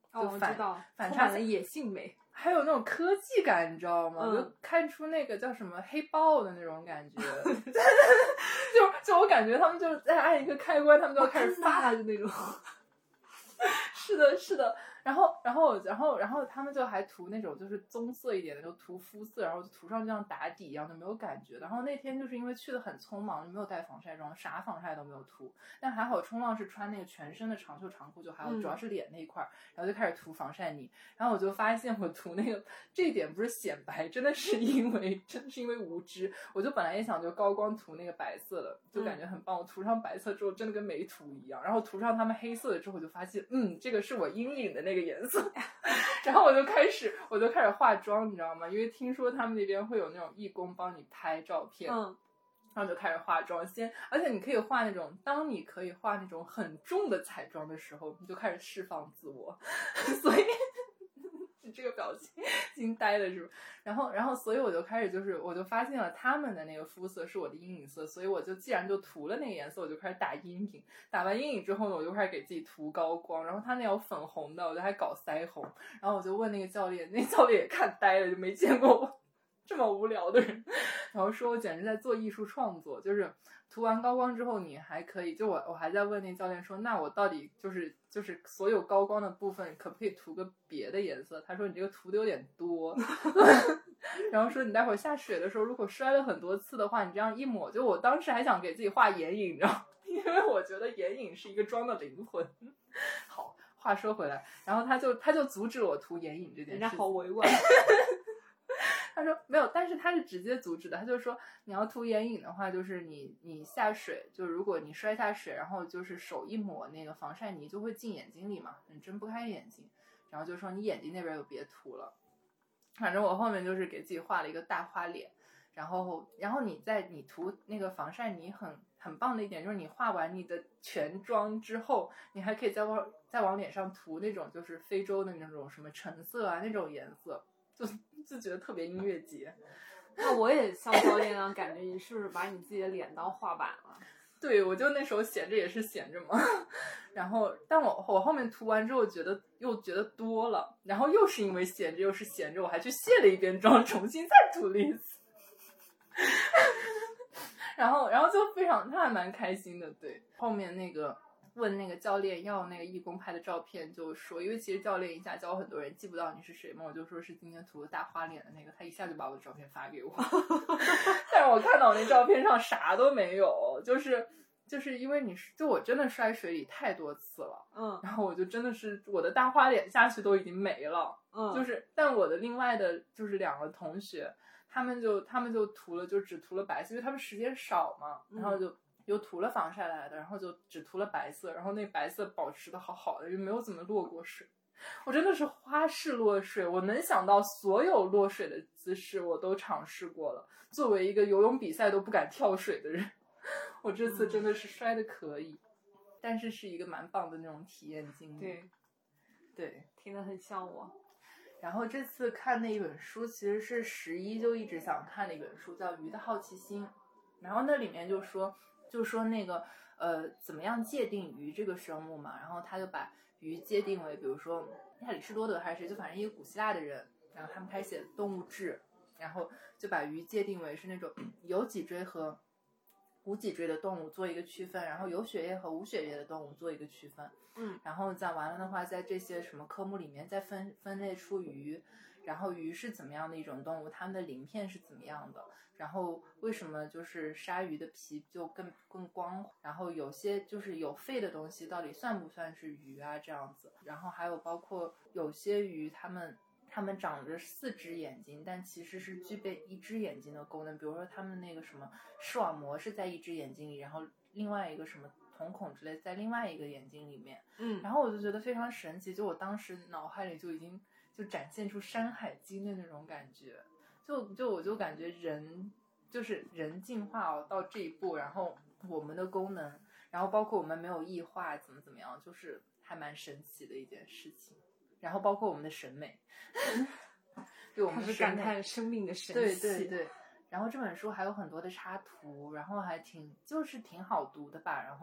哦， 就反、 我知道， 反差充满了野性美。 还有那种科技感，你知道吗？ 嗯、 就看出那个叫什么黑豹的那种感觉，就就我感觉他们就在按一个开关，他们就要开始发的那种。 是的，是的。然后，然后，然后，然后他们就还涂那种就是棕色一点的，就涂肤色，然后就涂上就像打底一样，就没有感觉。然后那天就是因为去的很匆忙，就没有带防晒霜，啥防晒都没有涂。但还好冲浪是穿那个全身的长袖长裤，就还好，主要是脸那一块，然后就开始涂防晒泥。然后我就发现我涂那个这一点不是显白，真的是因为真的是因为无知。我就本来也想就高光涂那个白色的，就感觉很棒。我涂上白色之后，真的跟没涂一样。然后涂上他们黑色的之后，我就发现，嗯，这个是我阴影的那个颜色。然后我就开始我就开始化妆，你知道吗？因为听说他们那边会有那种义工帮你拍照片， 嗯， 然后就开始化妆。先，而且你可以画那种，当你可以画那种很重的彩妆的时候，你就开始释放自我。所以你这个表情惊呆了是吧？然后，然后，所以我就开始就是，我就发现了他们的那个肤色是我的阴影色，所以我就既然就涂了那个颜色，我就开始打阴影。打完阴影之后呢，我就开始给自己涂高光。然后他那有粉红的，我就还搞腮红。然后我就问那个教练，那教练也看呆了，就没见过我这么无聊的人，然后说我简直在做艺术创作，就是涂完高光之后，你还可以，就我我还在问那教练说，那我到底就是就是所有高光的部分可不可以涂个别的颜色？他说你这个涂的有点多，然后说你待会儿下水的时候，如果摔了很多次的话，你这样一抹，就我当时还想给自己画眼影，你知道吗？因为我觉得眼影是一个妆的灵魂。好，话说回来，然后他就他就阻止我涂眼影这件事情， 人家好委婉。 他说没有，但是他是直接阻止的。他就说你要涂眼影的话，就是你你下水，就如果你摔下水，然后就是手一抹那个防晒泥就会进眼睛里嘛，你睁不开眼睛。然后就说你眼睛那边就别涂了。反正我后面就是给自己画了一个大花脸，然后然后你在你涂那个防晒泥很很棒的一点就是你画完你的全妆之后，你还可以再往再往脸上涂那种就是非洲的那种什么橙色啊那种颜色。就就觉得特别音乐节。 那我也像教练那样感觉，你是不是把你自己的脸当画板了？ 对，我就那时候闲着也是闲着嘛。然后，但我我后面涂完之后觉得又觉得多了，然后又是因为闲着又是闲着，我还去卸了一遍妆，重新再涂了一次。然后，然后就非常，他还蛮开心的。对，后面那个。问那个教练要那个义工拍的照片，就说因为其实教练一下教很多人记不到你是谁嘛，我就说是今天涂了大花脸的那个，他一下就把我的照片发给我。但是我看到那照片上啥都没有，就是就是因为你就我真的摔水里太多次了， 嗯， 然后我就真的是我的大花脸下去都已经没了， 嗯， 就是但我的另外的就是两个同学，他们就他们就涂了就只涂了白色，因为他们时间少嘛，然后就。嗯又涂了防晒来的，然后就只涂了白色，然后那白色保持的好好的，又没有怎么落过水。我真的是花式落水，我能想到所有落水的姿势我都尝试过了。作为一个游泳比赛都不敢跳水的人，我这次真的是摔的可以，嗯、但是是一个蛮棒的那种体验经历。 对， 对， 听得很像我。 然后这次看那一本书，其实是十一就一直想看的一本书，叫《鱼的好奇心》，然后那里面就说。就说那个呃，怎么样界定鱼这个生物嘛？然后他就把鱼界定为，比如说亚里士多德还是谁，就反正一个古希腊的人，然后他们开始写动物志，然后就把鱼界定为是那种有脊椎和无脊椎的动物做一个区分，然后有血液和无血液的动物做一个区分。 嗯， 然后再完了的话，在这些什么科目里面再分分类出鱼，然后鱼是怎么样的一种动物，它们的鳞片是怎么样的。然后为什么就是鲨鱼的皮就更更光，然后有些就是有肺的东西到底算不算是鱼啊这样子。然后还有包括有些鱼它们它们长着四只眼睛，但其实是具备一只眼睛的功能，比如说它们那个什么视网膜是在一只眼睛里，然后另外一个什么瞳孔之类在另外一个眼睛里面。 嗯， 然后我就觉得非常神奇，就我当时脑海里就已经就展现出《山海经》的那种感觉。就就我就感觉人就是人进化哦到这一步，然后我们的功能，然后包括我们没有异化怎么怎么样，就是还蛮神奇的一件事情。然后包括我们的审美，对我们的感叹生命的神奇。对对对。然后这本书还有很多的插图，然后还挺就是挺好读的吧。然后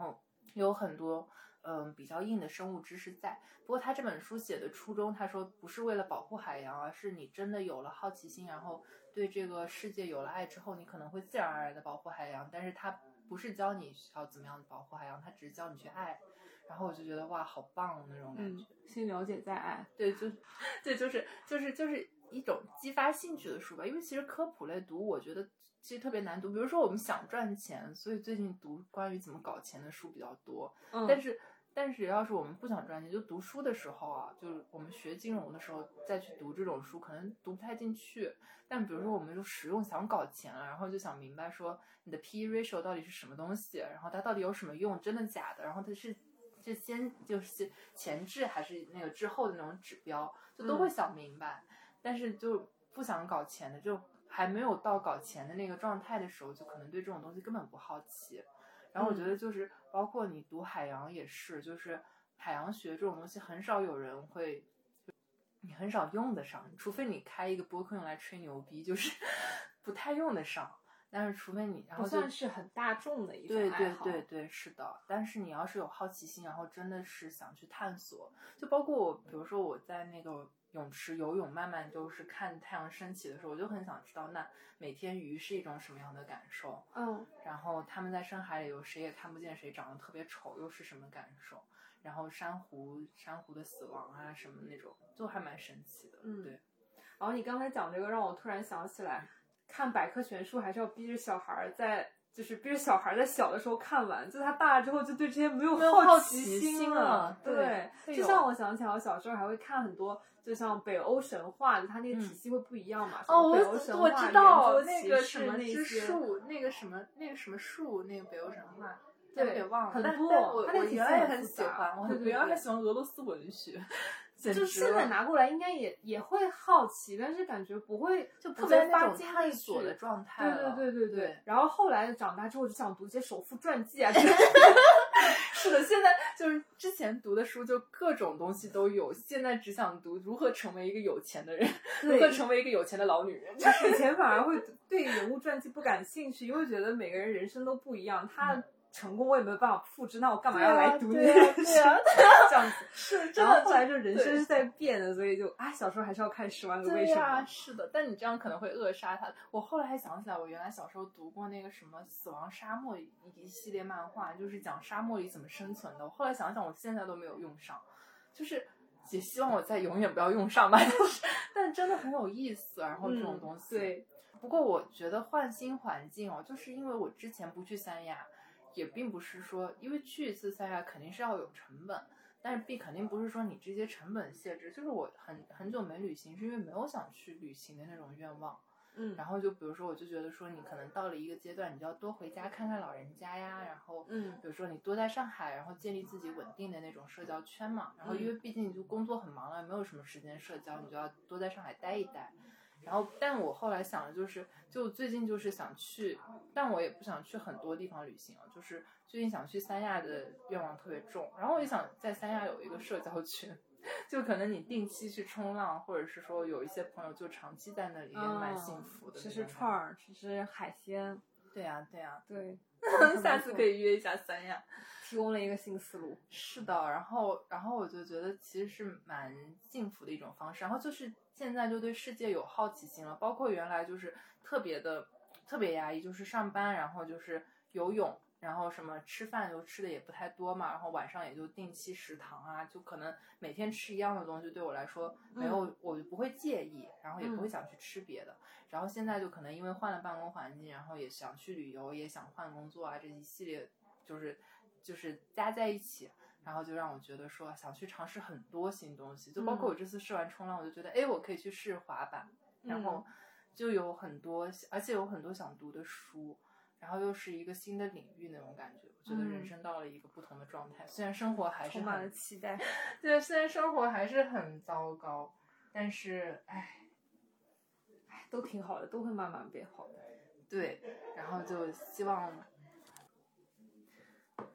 有很多嗯比较硬的生物知识在。不过他这本书写的初衷，他说不是为了保护海洋，而是你真的有了好奇心，然后对这个世界有了爱之后，你可能会自然而然的保护海洋，但是他不是教你要怎么样保护海洋，他只是教你去爱。然后我就觉得哇，好棒那种感觉。 嗯，先了解再爱。 对，就对，就是就是就是一种激发兴趣的书吧。因为其实科普类读，我觉得其实特别难读。比如说我们想赚钱，所以最近读关于怎么搞钱的书比较多。 嗯， 但是但是要是我们不想赚钱，就读书的时候啊，就是我们学金融的时候再去读这种书，可能读不太进去。但比如说我们就实用想搞钱了，然后就想明白说你的 P E ratio 到底是什么东西，然后它到底有什么用，真的假的，然后它是是先就是前置还是那个之后的那种指标，就都会想明白。嗯、但是就不想搞钱的，就还没有到搞钱的那个状态的时候，就可能对这种东西根本不好奇。然后我觉得就是包括你读海洋也是，就是海洋学这种东西很少有人会，你很少用得上，除非你开一个播客用来吹牛逼，就是不太用得上。但是除非你然后不算是很大众的一种对爱好。 对对对，是的。但是你要是有好奇心，然后真的是想去探索，就包括我，比如说我在那个泳池游泳，慢慢就是看太阳升起的时候，我就很想知道那每天鱼是一种什么样的感受。 嗯， 然后他们在深海里有谁也看不见谁长得特别丑又是什么感受，然后珊瑚珊瑚的死亡啊什么那种，就还蛮神奇的。 嗯， 对。 然后你刚才讲这个让我突然想起来，看百科全书还是要逼着小孩在，就是逼着小孩在小的时候看完，就他大了之后就对这些没有好奇心了。 对， 对，就像我想起来，我小时候还会看很多，就像北欧神话，就它那个体系会不一样嘛。 哦， 北欧神话我知道那个什么之树，那个什么那个什么树，那个北欧神话。 对， 给忘了， 很多。 我我原来也很喜欢，我原来很喜欢俄罗斯文学。 就现在拿过来，应该也也会好奇，但是感觉不会就特别发进探索的状态了。对对对对对。 对然后后来长大之后，就想读一些首富传记啊。 是的，现在就是之前读的书就各种东西都有，现在只想读如何成为一个有钱的人，如何成为一个有钱的老女人。 以前反而会对人物传记不感兴趣，因为觉得每个人人生都不一样，他。嗯成功我也没有办法复制，那我干嘛要来读那些书？ 对啊， 这样子是， 然后后来就人生是在变的，所以就啊，小时候还是要看《十万个为什么》。 啊，是的，但你这样可能会扼杀它。我后来还想起来，我原来小时候读过那个什么《死亡沙漠》一系列漫画，就是讲沙漠里怎么生存的。我后来想想，我现在都没有用上，就是也希望我再永远不要用上吧。但是，但真的很有意思。然后这种东西， 嗯、对。 不过我觉得换新环境哦，就是因为我之前不去三亚。也并不是说，因为去一次三亚肯定是要有成本，但是 B 肯定不是说你这些成本限制，就是我很很久没旅行，是因为没有想去旅行的那种愿望。 嗯， 然后就比如说，我就觉得说，你可能到了一个阶段，你就要多回家看看老人家呀，然后， 嗯， 比如说你多在上海，然后建立自己稳定的那种社交圈嘛。然后因为毕竟你就工作很忙了，没有什么时间社交，你就要多在上海待一待。然后，但我后来想的就是，就最近就是想去，但我也不想去很多地方旅行啊，就是最近想去三亚的愿望特别重。然后我也想在三亚有一个社交圈，就可能你定期去冲浪，或者是说有一些朋友就长期在那里，也蛮幸福的。 吃吃串儿，吃吃海鲜。 对呀、啊，对呀、啊， 对。 下次可以约一下三亚， 提供了一个新思路。 是的，然后，然后我就觉得其实是蛮幸福的一种方式。然后就是现在就对世界有好奇心了，包括原来就是特别的特别压抑，就是上班，然后就是游泳，然后什么吃饭就吃的也不太多嘛，然后晚上也就定期食堂啊，就可能每天吃一样的东西，对我来说没有，嗯、我就不会介意，然后也不会想去吃别的。嗯然后现在就可能因为换了办公环境，然后也想去旅游，也想换工作啊，这一系列就是就是加在一起，然后就让我觉得说想去尝试很多新东西，就包括我这次试完冲浪，我就觉得哎，我可以去试滑板，然后就有很多，而且有很多想读的书，然后又是一个新的领域那种感觉，我觉得人生到了一个不同的状态。虽然生活还是充满了期待， 对，虽然生活还是很糟糕，但是唉。 都挺好的，都会慢慢变好的。 对，然后就希望，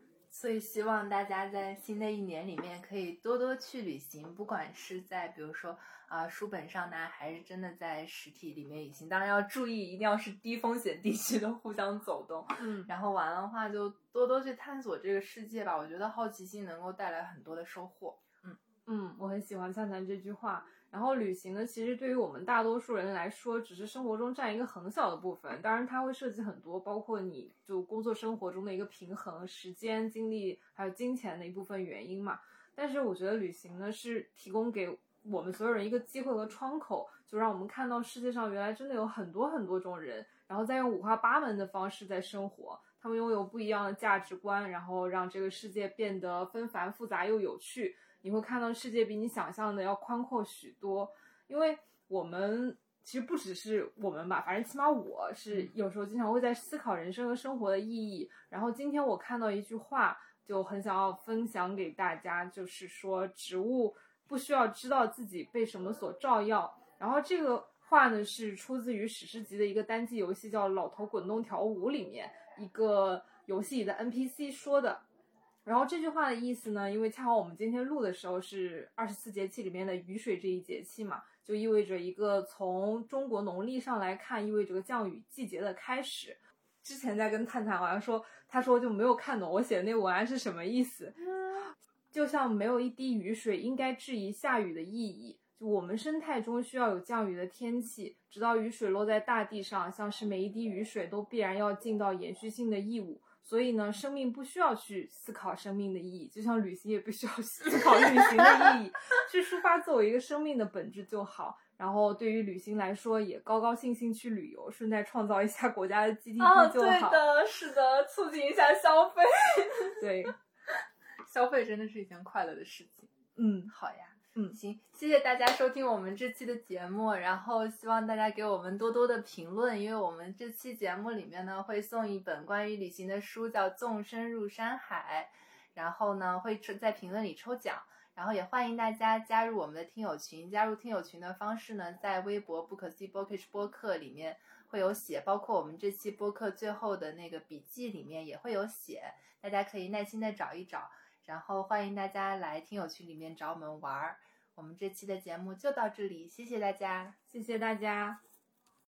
所以希望大家在新的一年里面可以多多去旅行，不管是在比如说啊、呃、书本上呢，还是真的在实体里面旅行。当然要注意，一定要是低风险地区的互相走动。 嗯， 然后完了的话，就多多去探索这个世界吧。我觉得好奇心能够带来很多的收获。嗯嗯，我很喜欢灿灿这句话。然后旅行呢，其实对于我们大多数人来说，只是生活中占一个很小的部分。当然，它会涉及很多，包括你就工作生活中的一个平衡、时间、精力还有金钱的一部分原因嘛。但是我觉得旅行呢，是提供给我们所有人一个机会和窗口，就让我们看到世界上原来真的有很多很多种人，然后再用五花八门的方式在生活。他们拥有不一样的价值观，然后让这个世界变得纷繁复杂又有趣。你会看到世界比你想象的要宽阔许多，因为我们其实不只是我们吧，反正起码我是有时候经常会在思考人生和生活的意义。然后今天我看到一句话，就很想要分享给大家，就是说植物不需要知道自己被什么所照耀。然后这个话呢是出自于史诗级的一个单机游戏叫《老头滚动条舞》里面一个游戏里的 N P C 说的。然后这句话的意思呢，因为恰好我们今天录的时候是二十四节气里面的雨水这一节气嘛，就意味着一个从中国农历上来看，意味着个降雨季节的开始。之前在跟探探好像说，他说就没有看懂我写的那个文案是什么意思。就像没有一滴雨水应该质疑下雨的意义，就我们生态中需要有降雨的天气，直到雨水落在大地上，像是每一滴雨水都必然要尽到延续性的义务。所以呢，生命不需要去思考生命的意义，就像旅行也不需要思考旅行的意义，去抒发作为一个生命的本质就好。然后对于旅行来说，也高高兴兴去旅游，顺带创造一下国家的 G D P 就好。 哦，对的，是的，促进一下消费。 对， 消费真的是一件快乐的事情。 嗯， 好呀。 嗯， 行，谢谢大家收听我们这期的节目，然后希望大家给我们多多的评论，因为我们这期节目里面呢会送一本关于旅行的书，叫《纵深入山海》，然后呢会在评论里抽奖，然后也欢迎大家加入我们的听友群。加入听友群的方式呢，在微博不可思议 Bookish 播客里面会有写，包括我们这期播客最后的那个笔记里面也会有写，大家可以耐心的找一找。然后欢迎大家来听友群里面找我们玩儿。我们这期的节目就到这里，谢谢大家， 谢谢大家。